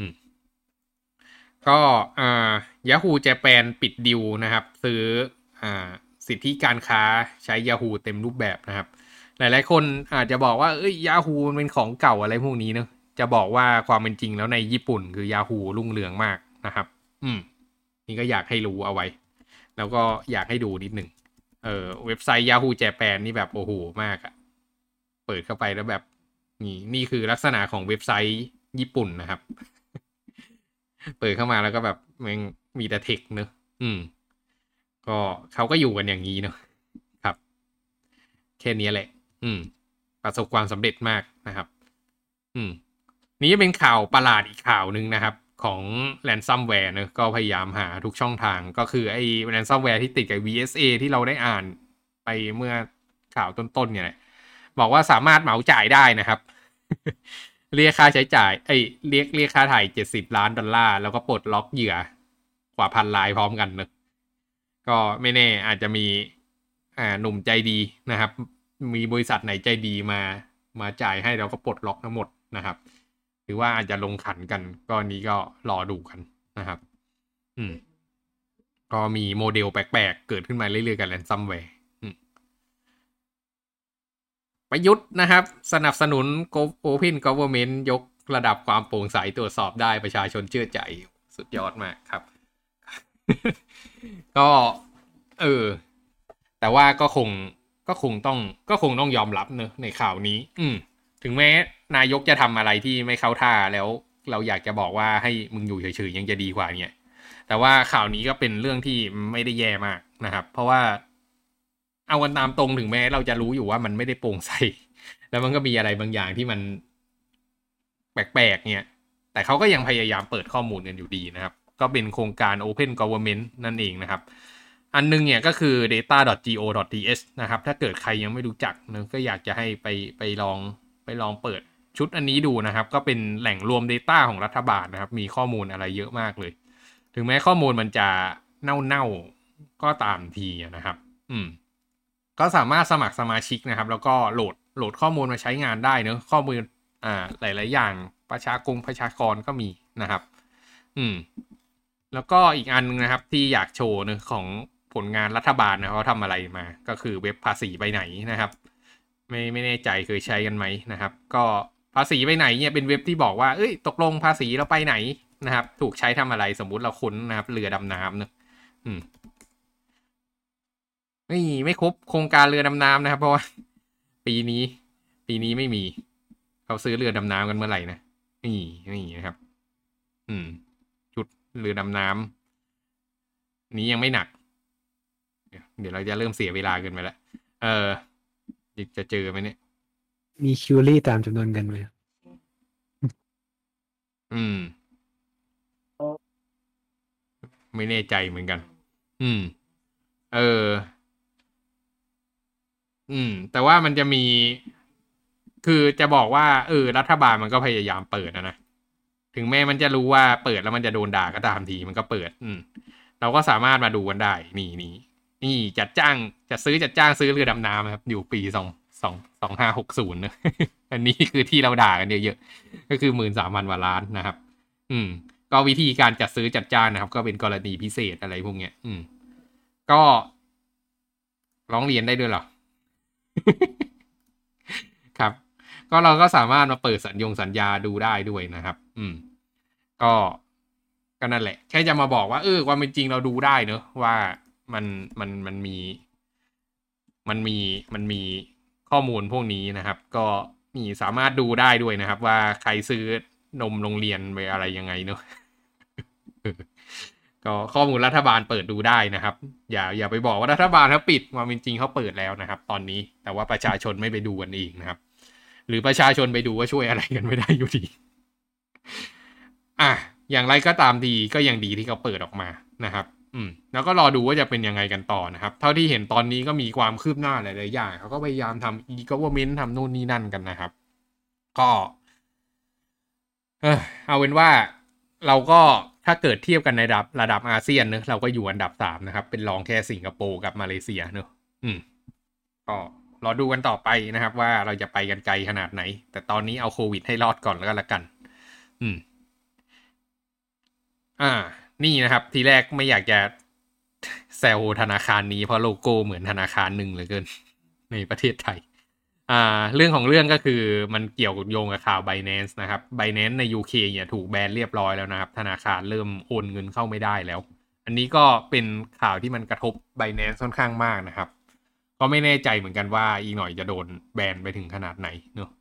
ก็Yahoo Japan ปิดดีลนะครับซื้อสิทธิการค้าใช้ Yahoo เต็มรูปแบบนะครับหลายๆคนอาจจะบอกว่าYahoo มันเป็นของเก่าอะไรพวกนี้เนอะจะบอกว่าความเป็นจริงแล้วในญี่ปุ่นคือ Yahoo รุ่งเรืองมากนะครับนี่ก็อยากให้รู้เอาไว้แล้วก็อยากให้ดูนิดหนึ่งเว็บไซต์ Yahoo Japan นี่แบบโอ้โหมากอะเปิดเข้าไปแล้วแบบนี่คือลักษณะของเว็บไซต์ญี่ปุ่นนะครับ เปิดเข้ามาแล้วก็แบบมันมีแต่เทคเนอะก็เขาก็อยู่กันอย่างนี้เนอะครับแค่นี้แหละประสบความสำเร็จมากนะครับนี่เป็นข่าวประหลาดอีกข่าวนึงนะครับของแรนซัมแวร์เนอะก็พยายามหาทุกช่องทางก็คือไอ้แรนซัมแวร์ที่ติดกับ VSA ที่เราได้อ่านไปเมื่อข่าวต้นๆเนี่ยบอกว่าสามารถเหมาจ่ายได้นะครับ เรียกค่าใช้จ่ายเรียกค่าถ่าย$70 ล้านแล้วก็ปลดล็อกเหยื่อกว่า1,000 รายพร้อมกันเนอะก็ไม่แน่อาจจะมีหนุ่มใจดีนะครับมีบริษัทไหนใจดีมาจ่ายให้แล้วก็ปลดล็อกทั้งหมดนะครับหรือว่าอาจจะลงขันกันก็นี้ก็รอดูกันนะครับก็มีโมเดลแปลกๆเกิดขึ้นมาเรื่อยๆกับแรนซัมแวร์ประยุทธ์นะครับสนับสนุน Open Government ยกระดับความโปร่งใสตรวจสอบได้ประชาชนเชื่อใจสุดยอดมากครับ ก็แต่ว่าก็คงต้องยอมรับเนอะในข่าวนี้ถึงแม้นายกจะทำอะไรที่ไม่เข้าท่าแล้วเราอยากจะบอกว่าให้มึงอยู่เฉยๆยังจะดีกว่าเนี่ยแต่ว่าข่าวนี้ก็เป็นเรื่องที่ไม่ได้แย่มากนะครับเพราะว่าเอากันตามตรงถึงแม้เราจะรู้อยู่ว่ามันไม่ได้โปร่งใสแล้วมันก็มีอะไรบางอย่างที่มันแปลกๆเนี่ยแต่เขาก็ยังพยายามเปิดข้อมูลกันอยู่ดีนะครับก็เป็นโครงการ Open Government นั่นเองนะครับอันนึงเนี่ยก็คือ data.go.th นะครับถ้าเกิดใครยังไม่รู้จักนะก็อยากจะให้ไปลองเปิดชุดอันนี้ดูนะครับก็เป็นแหล่งรวม data ของรัฐบาลนะครับมีข้อมูลอะไรเยอะมากเลยถึงแม้ข้อมูลมันจะเน่าก็ตามทีนะครับก็สามารถสมัครสมาชิกนะครับแล้วก็โหลดข้อมูลมาใช้งานได้เนอะข้อมูลหลายๆอย่างประชากรก็มีนะครับแล้วก็อีกอันนึงนะครับที่อยากโชว์เนอะของผลงานรัฐบาลนะเขาทำอะไรมาก็คือเว็บภาษีไปไหนนะครับไม่แน่ใจเคยใช้กันไหมนะครับก็ภาษีไปไหนเนี่ยเป็นเว็บที่บอกว่าตกลงภาษีเราไปไหนนะครับถูกใช้ทำอะไรสมมุติเราค้นนะครับเรือดำน้ำเนอะไม่ครบโครงการเรือดำน้ำนะครับเพราะว่าปีนี้ไม่มีเขาซื้อเรือดำน้ำกันเมื่อไหร่นะนี่นะครับชุดเรือดำน้ำนี้ยังไม่หนักเดี๋ยวเราจะเริ่มเสียเวลากันไปแล้วจะเจอไหมเนี่ยมีคิวรี่ตามจำนวนกันไหมไม่แน่ใจเหมือนกันแต่ว่ามันจะมีคือจะบอกว่ารัฐบาลมันก็พยายามเปิดนะถึงแม้มันจะรู้ว่าเปิดแล้วมันจะโดนด่าก็ตามทีมันก็เปิดเราก็สามารถมาดูกันได้นี่จัดจ้างซื้อเรือดำน้ำครับอยู่ปี2560นะอันนี้คือที่เราด่ากันเยอะๆก็คือ 13,000 กว่าล้านนะครับก็วิธีการจัดซื้อจัดจ้างนะครับก็เป็นกรณีพิเศษอะไรพวกเนี้ยก็ร้องเรียนได้ด้วยหรอ ครับก็เราก็สามารถมาเปิดสัญญาดูได้ด้วยนะครับก็นั่นแหละแค่จะมาบอกว่าความเป็นจริงเราดูได้เนอะว่ามันมีข้อมูลพวกนี้นะครับก็มีสามารถดูได้ด้วยนะครับว่าใครซื้อนมโรงเรียนไปอะไรยังไงเนอะ ก็ข้อมูลรัฐบาลเปิดดูได้นะครับอย่าไปบอกว่ารัฐบาลเขาปิดความเป็นจริงเขาเปิดแล้วนะครับตอนนี้แต่ว่าประชาชนไม่ไปดูกันเองนะครับหรือประชาชนไปดูว่าช่วยอะไรกันไม่ได้อยู่ดีอย่างไรก็ตามดีก็ยังดีที่เขาเปิดออกมานะครับแล้วก็รอดูว่าจะเป็นยังไงกันต่อนะครับเท่าที่เห็นตอนนี้ก็มีความคืบหน้าหลายๆอย่างเขาก็พยายามทำ e-government ทำนู่นนี่นั่นกันนะครับก็เอาเป็นว่าเราก็ถ้าเกิดเทียบกันในระดับอาเซียนเนอะเราก็อยู่อันดับ3นะครับเป็นรองแค่สิงคโปร์กับมาเลเซียเนอะก็รอดูกันต่อไปนะครับว่าเราจะไปกันไกลขนาดไหนแต่ตอนนี้เอาโควิดให้รอดก่อนแล้วก็แล้วกันนี่นะครับทีแรกไม่อยากจะแซวธนาคารนี้เพราะโลโก้เหมือนธนาคารหนึ่งเหลือเกินในประเทศไทยเรื่องของเรื่องก็คือมันเกี่ยวกับโยงกับข่าว Binance นะครับ Binance ใน UK เนี่ยถูกแบนเรียบร้อยแล้วนะครับธนาคารเริ่มโอนเงินเข้าไม่ได้แล้วอันนี้ก็เป็นข่าวที่มันกระทบ Binance ค่อนข้างมากนะครับก็ไม่แน่ใจเหมือนกันว่าอีกหน่อยจะโดนแบนไปถึงขนาดไหนเนอะ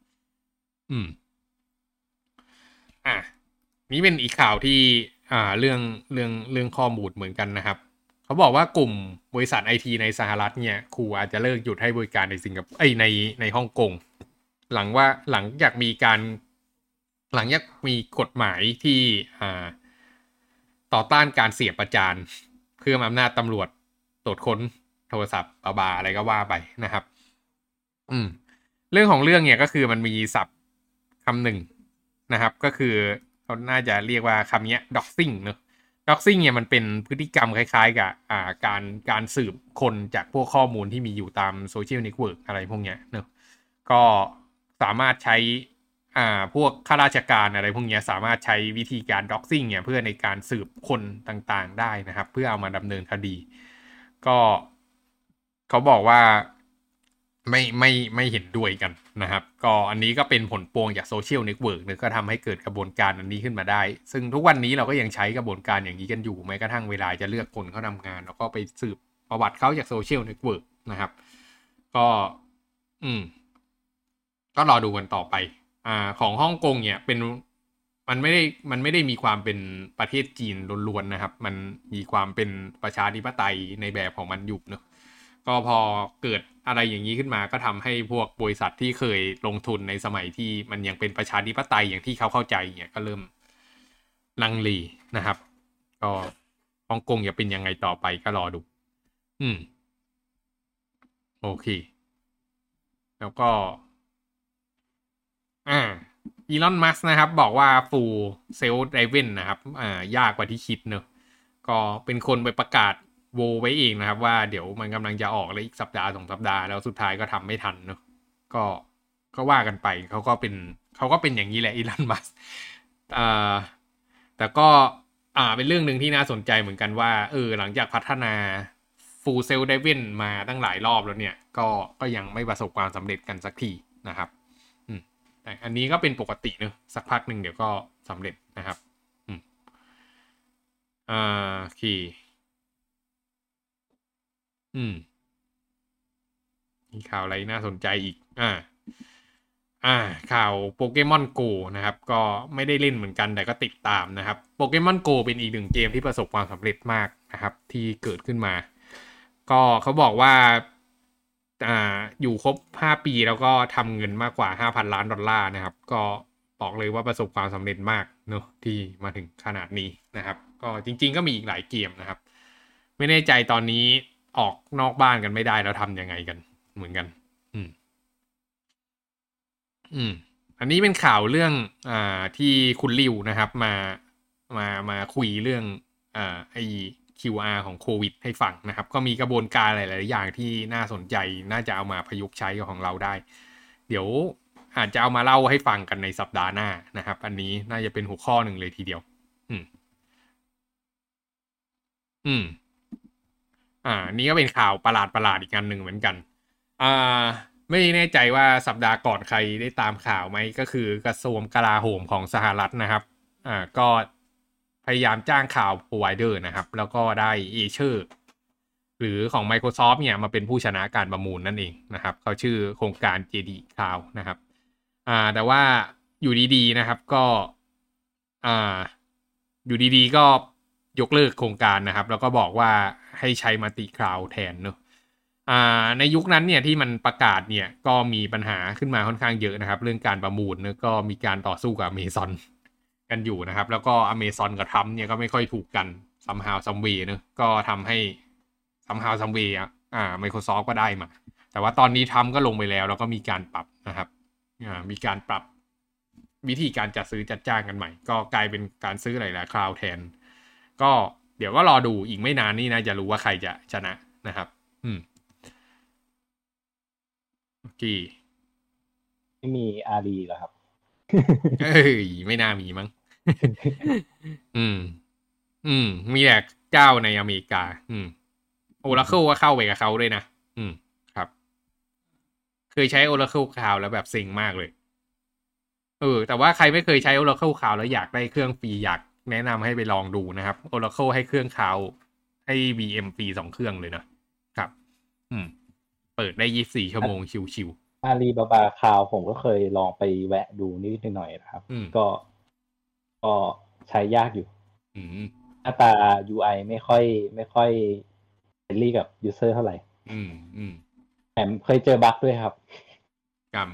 นี่เป็นอีกข่าวที่เรื่องข้อมูลเหมือนกันนะครับเขาบอกว่ากลุ่มบริษัทไอทีในสหรัฐเนี่ยขู่อาจจะเลิกหยุดให้บริการในสิงคโปร์ในฮ่องกงหลังจากมีกฎหมายที่ต่อต้านการเสียประจานเพิ่มอำนาจตำรวจตรวจค้นโทรศัพท์บาอะไรก็ว่าไปนะครับเรื่องของเรื่องเนี่ยก็คือมันมีศัพท์คำหนึ่งนะครับก็คือเขาน่าจะเรียกว่าคำนี้ doxing เนอะ doxing เนี่ยมันเป็นพฤติกรรมคล้ายๆกับการสืบคนจากพวกข้อมูลที่มีอยู่ตามโซเชียลเน็ตเวิร์กอะไรพวกเนี้ยเนอะก็สามารถใช้พวกข้าราชการอะไรพวกนี้สามารถใช้วิธีการ doxing เนี่ยเพื่อในการสืบคนต่างๆได้นะครับเพื่อเอามาดำเนินคดีก็เขาบอกว่าไม่เห็นด้วยกันนะครับก็อันนี้ก็เป็นผลพวงจากโซเชียลเน็ตเวิร์กก็ทำให้เกิดกระบวนการอันนี้ขึ้นมาได้ซึ่งทุกวันนี้เราก็ยังใช้กระบวนการอย่างนี้กันอยู่แม้กระทั่งเวลาจะเลือกคนเข้าทำงานแล้วก็ไปสืบประวัติเขาจากโซเชียลเน็ตเวิร์กนะครับก็รอดูกันต่อไปของฮ่องกงเนี่ยมันไม่ได้มีความเป็นประเทศจีนล้วนๆนะครับมันมีความเป็นประชาธิปไตยในแบบของมันอยู่เนอะก็พอเกิดอะไรอย่างนี้ขึ้นมาก็ทำให้พวกบริษัทที่เคยลงทุนในสมัยที่มันยังเป็นประชาธิปไตยอย่างที่เขาเข้าใจเนี่ยก็เริ่มลังเลนะครับก็ฮ่องกงจะเป็นยังไงต่อไปก็รอดูโอเคแล้วก็อีลอน มัสก์นะครับบอกว่า full self driving นะครับยากกว่าที่คิดเนอะก็เป็นคนไปประกาศโวไว้เองนะครับว่าเดี๋ยวมันกำลังจะออกแล้วอีกสัปดาห์2 สัปดาห์แล้วสุดท้ายก็ทำไม่ทันเนอะก็ว่ากันไปเขาก็เป็นอย่างนี้แหละอีลอน มัสก์แต่ก็เป็นเรื่องนึงที่น่าสนใจเหมือนกันว่าหลังจากพัฒนา full self driving มาตั้งหลายรอบแล้วเนี่ยก็ยังไม่ประสบความสำเร็จกันสักทีนะครับแต่อันนี้ก็เป็นปกติเนอะสักพักหนึ่งเดี๋ยวก็สำเร็จนะครับโอเคมีข่าวอะไรน่าสนใจอีกข่าวโปเกมอนโกนะครับก็ไม่ได้เล่นเหมือนกันแต่ก็ติดตามนะครับโปเกมอนโกเป็นอีกหนึ่งเกมที่ประสบความสำเร็จมากนะครับที่เกิดขึ้นมาก็เขาบอกว่าอยู่ครบ5 ปีแล้วก็ทำเงินมากกว่า $5,000 ล้านนะครับก็บอกเลยว่าประสบความสำเร็จมากเนอะที่มาถึงขนาดนี้นะครับก็จริงๆก็มีอีกหลายเกมนะครับไม่แน่ใจตอนนี้ออกนอกบ้านกันไม่ได้แล้วทำยังไงกันเหมือนกันอันนี้เป็นข่าวเรื่องที่คุณลิวนะครับมาคุยเรื่องไอ้ QR ของโควิดให้ฟังนะครับก็มีกระบวนการหลายๆอย่างที่น่าสนใจน่าจะเอามาประยุกต์ใช้ของเราได้เดี๋ยวอาจจะเอามาเล่าให้ฟังกันในสัปดาห์หน้านะครับอันนี้น่าจะเป็นหัวข้อหนึ่งเลยทีเดียวนี่ก็เป็นข่าวประหลาดอีกอันหนึ่งเหมือนกันไม่แน่ใจว่าสัปดาห์ก่อนใครได้ตามข่าวไหมก็คือกระทรวงกลาโหมของสหรัฐนะครับก็พยายามจ้างข่าว provider นะครับแล้วก็ได้ Azure หรือของ Microsoft เนี่ยมาเป็นผู้ชนะการประมูลนั่นเองนะครับเขาชื่อโครงการ JD Cloud นะครับแต่ว่าอยู่ดีๆนะครับก็อยู่ดีๆก็ยกเลิกโครงการนะครับแล้วก็บอกว่าให้ใช้มัลติคลาวด์แทนเนอะในยุคนั้นเนี่ยที่มันประกาศเนี่ยก็มีปัญหาขึ้นมาค่อนข้างเยอะนะครับเรื่องการประมูลเนี่ยก็มีการต่อสู้กับ Amazon กันอยู่นะครับแล้วก็ Amazon กับ Trump เนี่ยก็ไม่ค่อยถูกกัน somehow some way เนอะก็ทำให้ somehow some way Microsoft ก็ได้มาแต่ว่าตอนนี้ Trump ก็ลงไปแล้วก็มีการปรับนะครับมีการปรับวิธีการจัดซื้อจัดจ้างกันใหม่ก็กลายเป็นการซื้อหลายๆคลาวด์แทนก็เดี๋ยวก็รอดูอีกไม่นานนี่นะจะรู้ว่าใครจะชนะนะครับโอเคไม่มีอารีเหรอครับไม่น่ามีมั้งมีแต่เจ้าในอเมริกาOracle ก็เข้าไปกับเขาด้วยนะครับเคยใช้ Oracle Cloud แล้วแบบเซ็งมากเลยแต่ว่าใครไม่เคยใช้ Oracle Cloud แล้วอยากได้เครื่องฟรีอยากแนะนำให้ไปลองดูนะครับ Oracle ให้เครื่อง Cloud ให้ VM ฟรี2 เครื่องเลยนะครับเปิดได้24ชั่วโมงชิวๆอาลีบาบาคาวผมก็เคยลองไปแวะดูนิดหน่อยนะครับก็ใช้ยากอยู่หน้าตา UI ไม่ค่อยเฟรนลี่กับยูเซอร์เท่าไหร่แถมเคยเจอบั๊กด้วยครับกรรม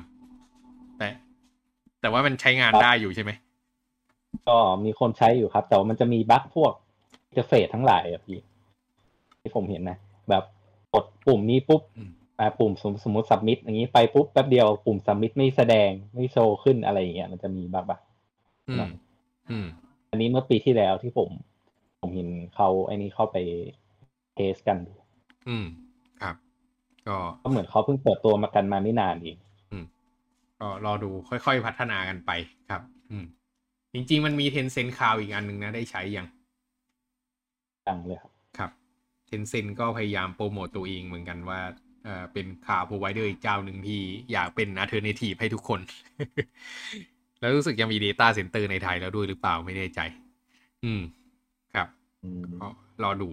แต่ว่ามันใช้งานได้อยู่ใช่ไหมก็มีคนใช้อยู่ครับแต่ว่ามันจะมีบั๊กพวกอินเทอร์เฟซทั้งหลายอ่ะพี่ที่ผมเห็นนะแบบกดปุ่มนี้ปุ๊บปุ่มสมมติ submit อย่างนี้ไปปุ๊บแป๊บเดียวปุ่ม submit ไม่แสดงไม่โชว์ขึ้นอะไรอย่างเงี้ยมันจะมีบั๊กอันนี้เมื่อปีที่แล้วที่ผมเห็นเขาไอ้นี้เข้าไปเทสกันครับก็เหมือนเขาเพิ่งเปิดตัวมากันมาไม่นานเองก็รอดูค่อยๆพัฒนากันไปครับจริงๆมันมี Tencent Cloud อีกอันนึงนะได้ใช้ยังเลยครับ Tencent ก็พยายามโปรโมตตัวเองเหมือนกันว่าเป็น Cloud Provider อีกเจ้าหนึ่งที่อยากเป็น Alternative ให้ทุกคน แล้วรู้สึกยังมี Data Center ในไทยแล้วด้วยหรือเปล่าไม่แน่ใจครับก็รอดู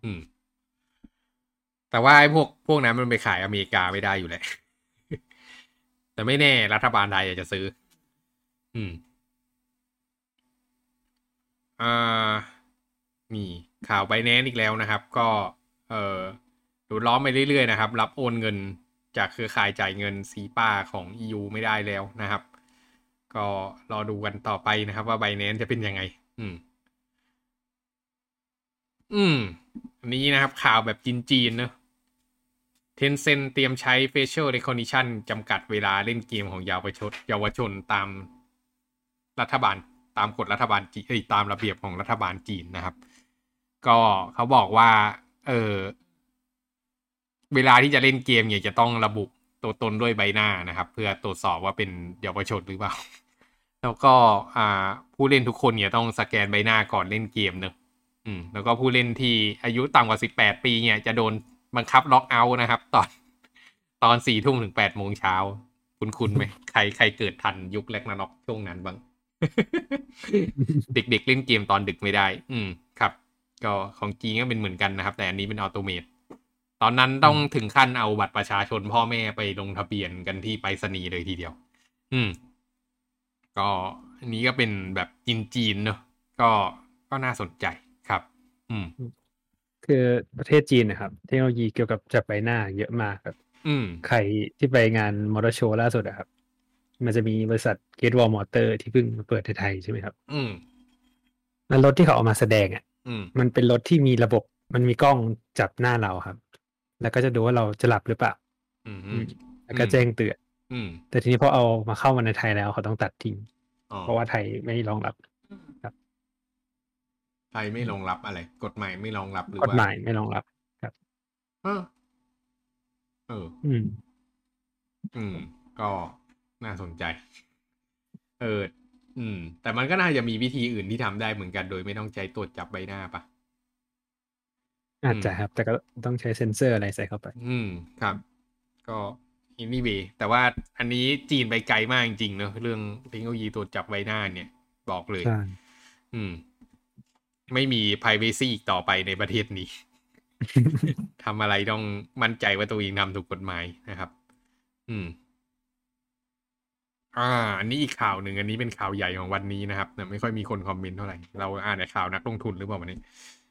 แต่ว่าไอ้พวกนั้นมันไปขายอเมริกาไม่ได้อยู่แหละ แต่ไม่แน่รัฐบาลไทยจะซื้อมีข่าว Binance อีกแล้วนะครับก็ดูล้อมไปเรื่อยๆนะครับรับโอนเงินจากเครือข่ายจ่ายเงินซีป้าของ EU ไม่ได้แล้วนะครับก็รอดูกันต่อไปนะครับว่า Binance จะเป็นยังไงอันนี้นะครับข่าวแบบจีนๆเนอะ Tencent เตรียมใช้ facial recognition จำกัดเวลาเล่นเกมของเยาวชนตามรัฐบาลตามกฎรัฐบาลจีนตามระเบียบของรัฐบาลจีนนะครับก็เขาบอกว่าเวลาที่จะเล่นเกมเนี่ยจะต้องระบุตัวตนด้วยใบหน้านะครับเพื่อตรวจสอบว่าเป็นเยาวชนหรือเปล่าแล้วก็ผู้เล่นทุกคนเนี่ยต้องสแกนใบหน้าก่อนเล่นเกมเนอะแล้วก็ผู้เล่นที่อายุต่ำกว่า18 ปีเนี่ยจะโดนบังคับล็อกเอาท์นะครับตอน 4 ทุ่มถึง 8 โมงเช้าคุ้นไหมใครเกิดทันยุคแรกนาน็อกช่วงนั้นบ้าง เด็กๆเล่นเกมตอนดึกไม่ได้ครับก็ของจีนก็เป็นเหมือนกันนะครับแต่อันนี้เป็นออโตเมตตอนนั้นต้องถึงขั้นเอาบัตรประชาชนพ่อแม่ไปลงทะเบียนกันที่ไปรษณีย์เลยทีเดียวก็อันนี้ก็เป็นแบบจีนเนอะก็น่าสนใจครับคือประเทศจีนนะครับเทคโนโลยีเกี่ยวกับจับใบหน้าเยอะมากครับใครที่ไปงานมอเตอร์โชว์ล่าสุดครับมันจะมีบริษัท Great Wall Motor ที่เพิ่งมาเปิดในไทยใช่ไหมครับแล้วรถที่เขาเอามาแสดงมันเป็นรถที่มีระบบมันมีกล้องจับหน้าเราครับแล้วก็จะดูว่าเราจะหลับหรือเปล่าแล้วก็แจ้งเตือนแต่ทีนี้พอเอามาเข้ามาในไทยแล้วเขาต้องตัดทิ้งเพราะว่าไทยไม่รองรับครับไทยไม่รองรับอะไรกฎหมายไม่รองรับหรือว่ากฎหมายไม่รองรับครับก็น่าสนใจแต่มันก็น่าจะมีวิธีอื่นที่ทำได้เหมือนกันโดยไม่ต้องใช้ตรวจจับใบหน้าปะอาจจะครับแต่ก็ต้องใช้เซ็นเซอร์อะไรใส่เข้าไปครับก็anyway แต่ว่าอันนี้จีนไปไกลมากจริงๆเนอะเรื่องเทคโนโลยีตรวจจับใบหน้าเนี่ยบอกเลยไม่มี privacy อีกต่อไปในประเทศนี้ ทำอะไรต้องมั่นใจว่าตัวเองทำถูกกฎหมายนะครับอันนี้อีกข่าวหนึ่งอันนี้เป็นข่าวใหญ่ของวันนี้นะครับแต่ไม่ค่อยมีคนคอมเมนต์เท่าไหร่เราอ่านในข่าวนักลงทุนหรือเปล่าวันนี้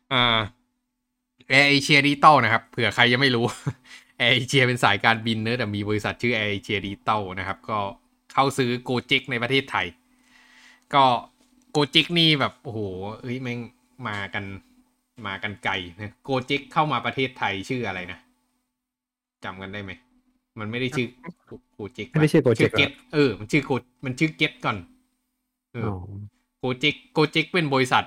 Air Asia Digital นะครับเผื่อใครยังไม่รู้ Air Asia เป็นสายการบินเนอะแต่มีบริษัทชื่อ Air Asia Digital นะครับก็เข้าซื้อ Gojek ในประเทศไทยก็ Gojek นี่แบบโอ้โหแม่งมากันไกลนะ Gojek เข้ามาประเทศไทยชื่ออะไรนะจำกันได้ไหมมันไม่ได้ชื่อGojek ไม่ใช่Gojek มันชื่อGet ก่อนGojek เป็นบริษัท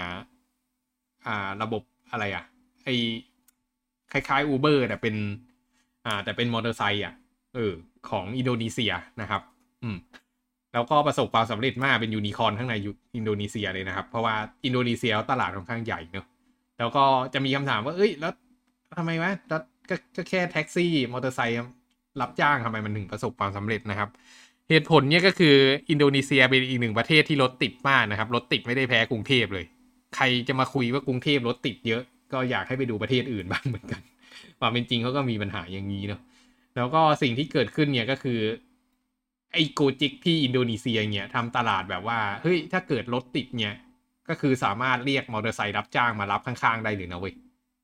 ระบบอะไรไอคล้ายๆ Uber แต่เป็นมอเตอร์ไซค์ของอินโดนีเซียนะครับแล้วก็ประสบความสำเร็จมากเป็นยูนิคอร์นข้างในอินโดนีเซียเลยนะครับเพราะว่าอินโดนีเซียตลาดค่อนข้างใหญ่เนอะแล้วก็จะมีคำถามว่าแล้วทำไมวะก็แค่แท็กซี่มอเตอร์ไซค์รับจ้างทำไมมันถึงประสบความสำเร็จนะครับเหตุผลเนี่ยก็คืออินโดนีเซียเป็นอีกหนึ่งประเทศที่รถติดมากนะครับรถติดไม่ได้แพ้กรุงเทพเลยใครจะมาคุยว่ากรุงเทพรถติดเยอะก็อยากให้ไปดูประเทศอื่นบ้างเหมือนกันความเป็นจริงเขาก็มีปัญหาอย่างนี้เนาะแล้วก็สิ่งที่เกิดขึ้นเนี่ยก็คือไอ้โกจิกที่อินโดนีเซียเนี่ยทำตลาดแบบว่าเฮ้ยถ้าเกิดรถติดเนี่ยก็คือสามารถเรียกมอเตอร์ไซค์รับจ้างมารับข้างๆได้เลยนะเว้ย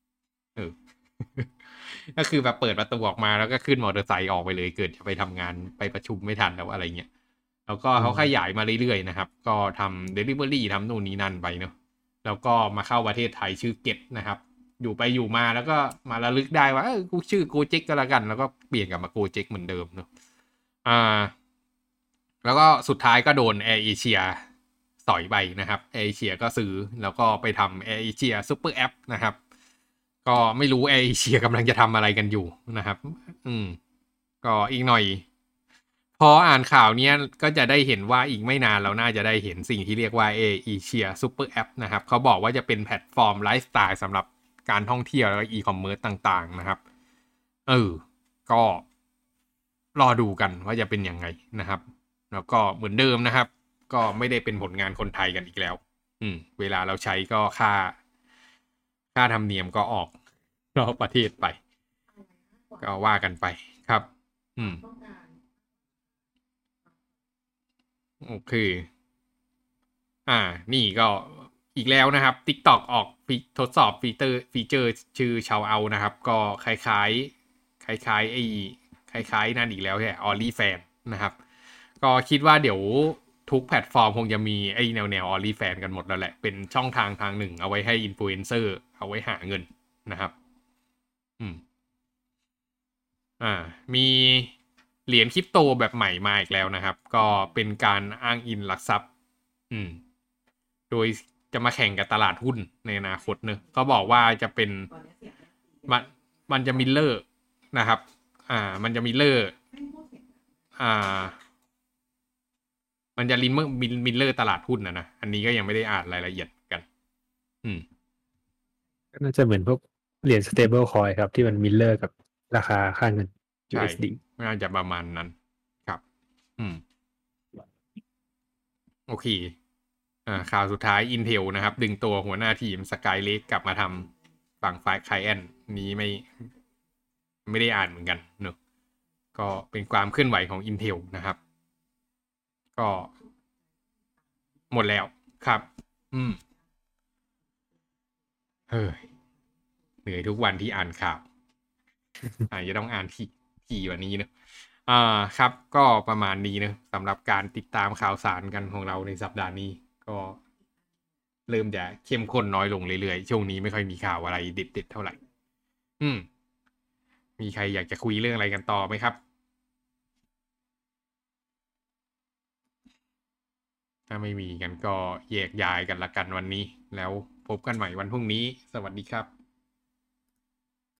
ก็คือแบบเปิดประตูออกมาแล้วก็ขึ้นมอเตอร์ไซค์ออกไปเลยเกิดจะไปทำงานไปประชุมไม่ทันแล้วอะไรเงี้ยแล้วก็เขาขยายมาเรื่อยๆนะครับก็ทำ Delivery ทำนู่นนี่นั่นไปเนาะแล้วก็มาเข้าประเทศไทยชื่อเก็ตนะครับอยู่ไปอยู่มาแล้วก็มาระลึกได้ว่ากูชื่อโกเจ็กก็แล้วกันแล้วก็เปลี่ยนกลับมาโกเจ็กเหมือนเดิมเนาะแล้วก็สุดท้ายก็โดนแอร์เอเชียสอยไปนะครับแอร์เอเชียก็ซื้อแล้วก็ไปทำแอร์เอเชียซุปเปอร์แอปนะครับก็ไม่รู้แอร์เอเชียกำลังจะทำอะไรกันอยู่นะครับก็อีกหน่อยพออ่านข่าวเนี้ยก็จะได้เห็นว่าอีกไม่นานเราน่าจะได้เห็นสิ่งที่เรียกว่าแอร์เอเชียซุปเปอร์แอปนะครับเขาบอกว่าจะเป็นแพลตฟอร์มไลฟ์สไตล์สำหรับการท่องเที่ยวแล้วก็อีคอมเมิร์ซต่างๆนะครับก็รอดูกันว่าจะเป็นยังไงนะครับแล้วก็เหมือนเดิมนะครับก็ไม่ได้เป็นผลงานคนไทยกันอีกแล้วเวลาเราใช้ก็ค่าธรรมเนียมก็ออกนอกประเทศไปก็ว่ากันไปครับโอเคนี่ก็อีกแล้วนะครับ TikTok ออกทดสอบฟีเจอร์ชื่อชาวเอานะครับก็คล้ายคล้ายนั่นอีกแล้วแค่ออลลี่แฟนนะครับก็คิดว่าเดี๋ยวทุกแพลตฟอร์มคงจะมีไอ้แนวออลลี่แฟนกันหมดแล้วแหละเป็นช่องทางหนึ่งเอาไว้ให้อินฟลูเอนเซอร์เอาไว้หาเงินนะครับมีเหรียญคริปโตแบบใหม่มาอีกแล้วนะครับก็เป็นการอ้างอิงหลักทรัพย์โดยจะมาแข่งกับตลาดหุ้นในอนาคตเนอะก็บอกว่าจะเป็นมันจะมิลเลอร์นะครับมันจะมิลเลอร์มันจะมิลเลอร์ตลาดหุ้นนะอันนี้ก็ยังไม่ได้อ่านรายละเอียดกันก็น่าจะเหมือนพวกเหรียญ stable coin ครับที่มันมิลเลอร์กับราคาค่าเงิน USD น่าจะประมาณนั้นครับโอเคข่าวสุดท้าย Intel นะครับดึงตัวหัวหน้าทีม Skylake กลับมาทำฝั่งฝ่าย Client นี้ไม่ได้อ่านเหมือนกันเนอะก็เป็นความเคลื่อนไหวของ Intel นะครับก็หมดแล้วครับเหนื่อยทุกวันที่อ่านข่าวจะต้องอ่านถี่วันนี้เนอะครับก็ประมาณนี้เนอะสำหรับการติดตามข่าวสารกันของเราในสัปดาห์นี้ก็เริ่มจะเข้มข้นน้อยลงเรื่อยๆช่วงนี้ไม่ค่อยมีข่าวอะไรเด็ดๆเท่าไหร่มีใครอยากจะคุยเรื่องอะไรกันต่อไหมครับถ้าไม่มีกันก็แยกย้ายกันละกันวันนี้แล้วพบกันใหม่วันพรุ่งนี้สวัสดีครับ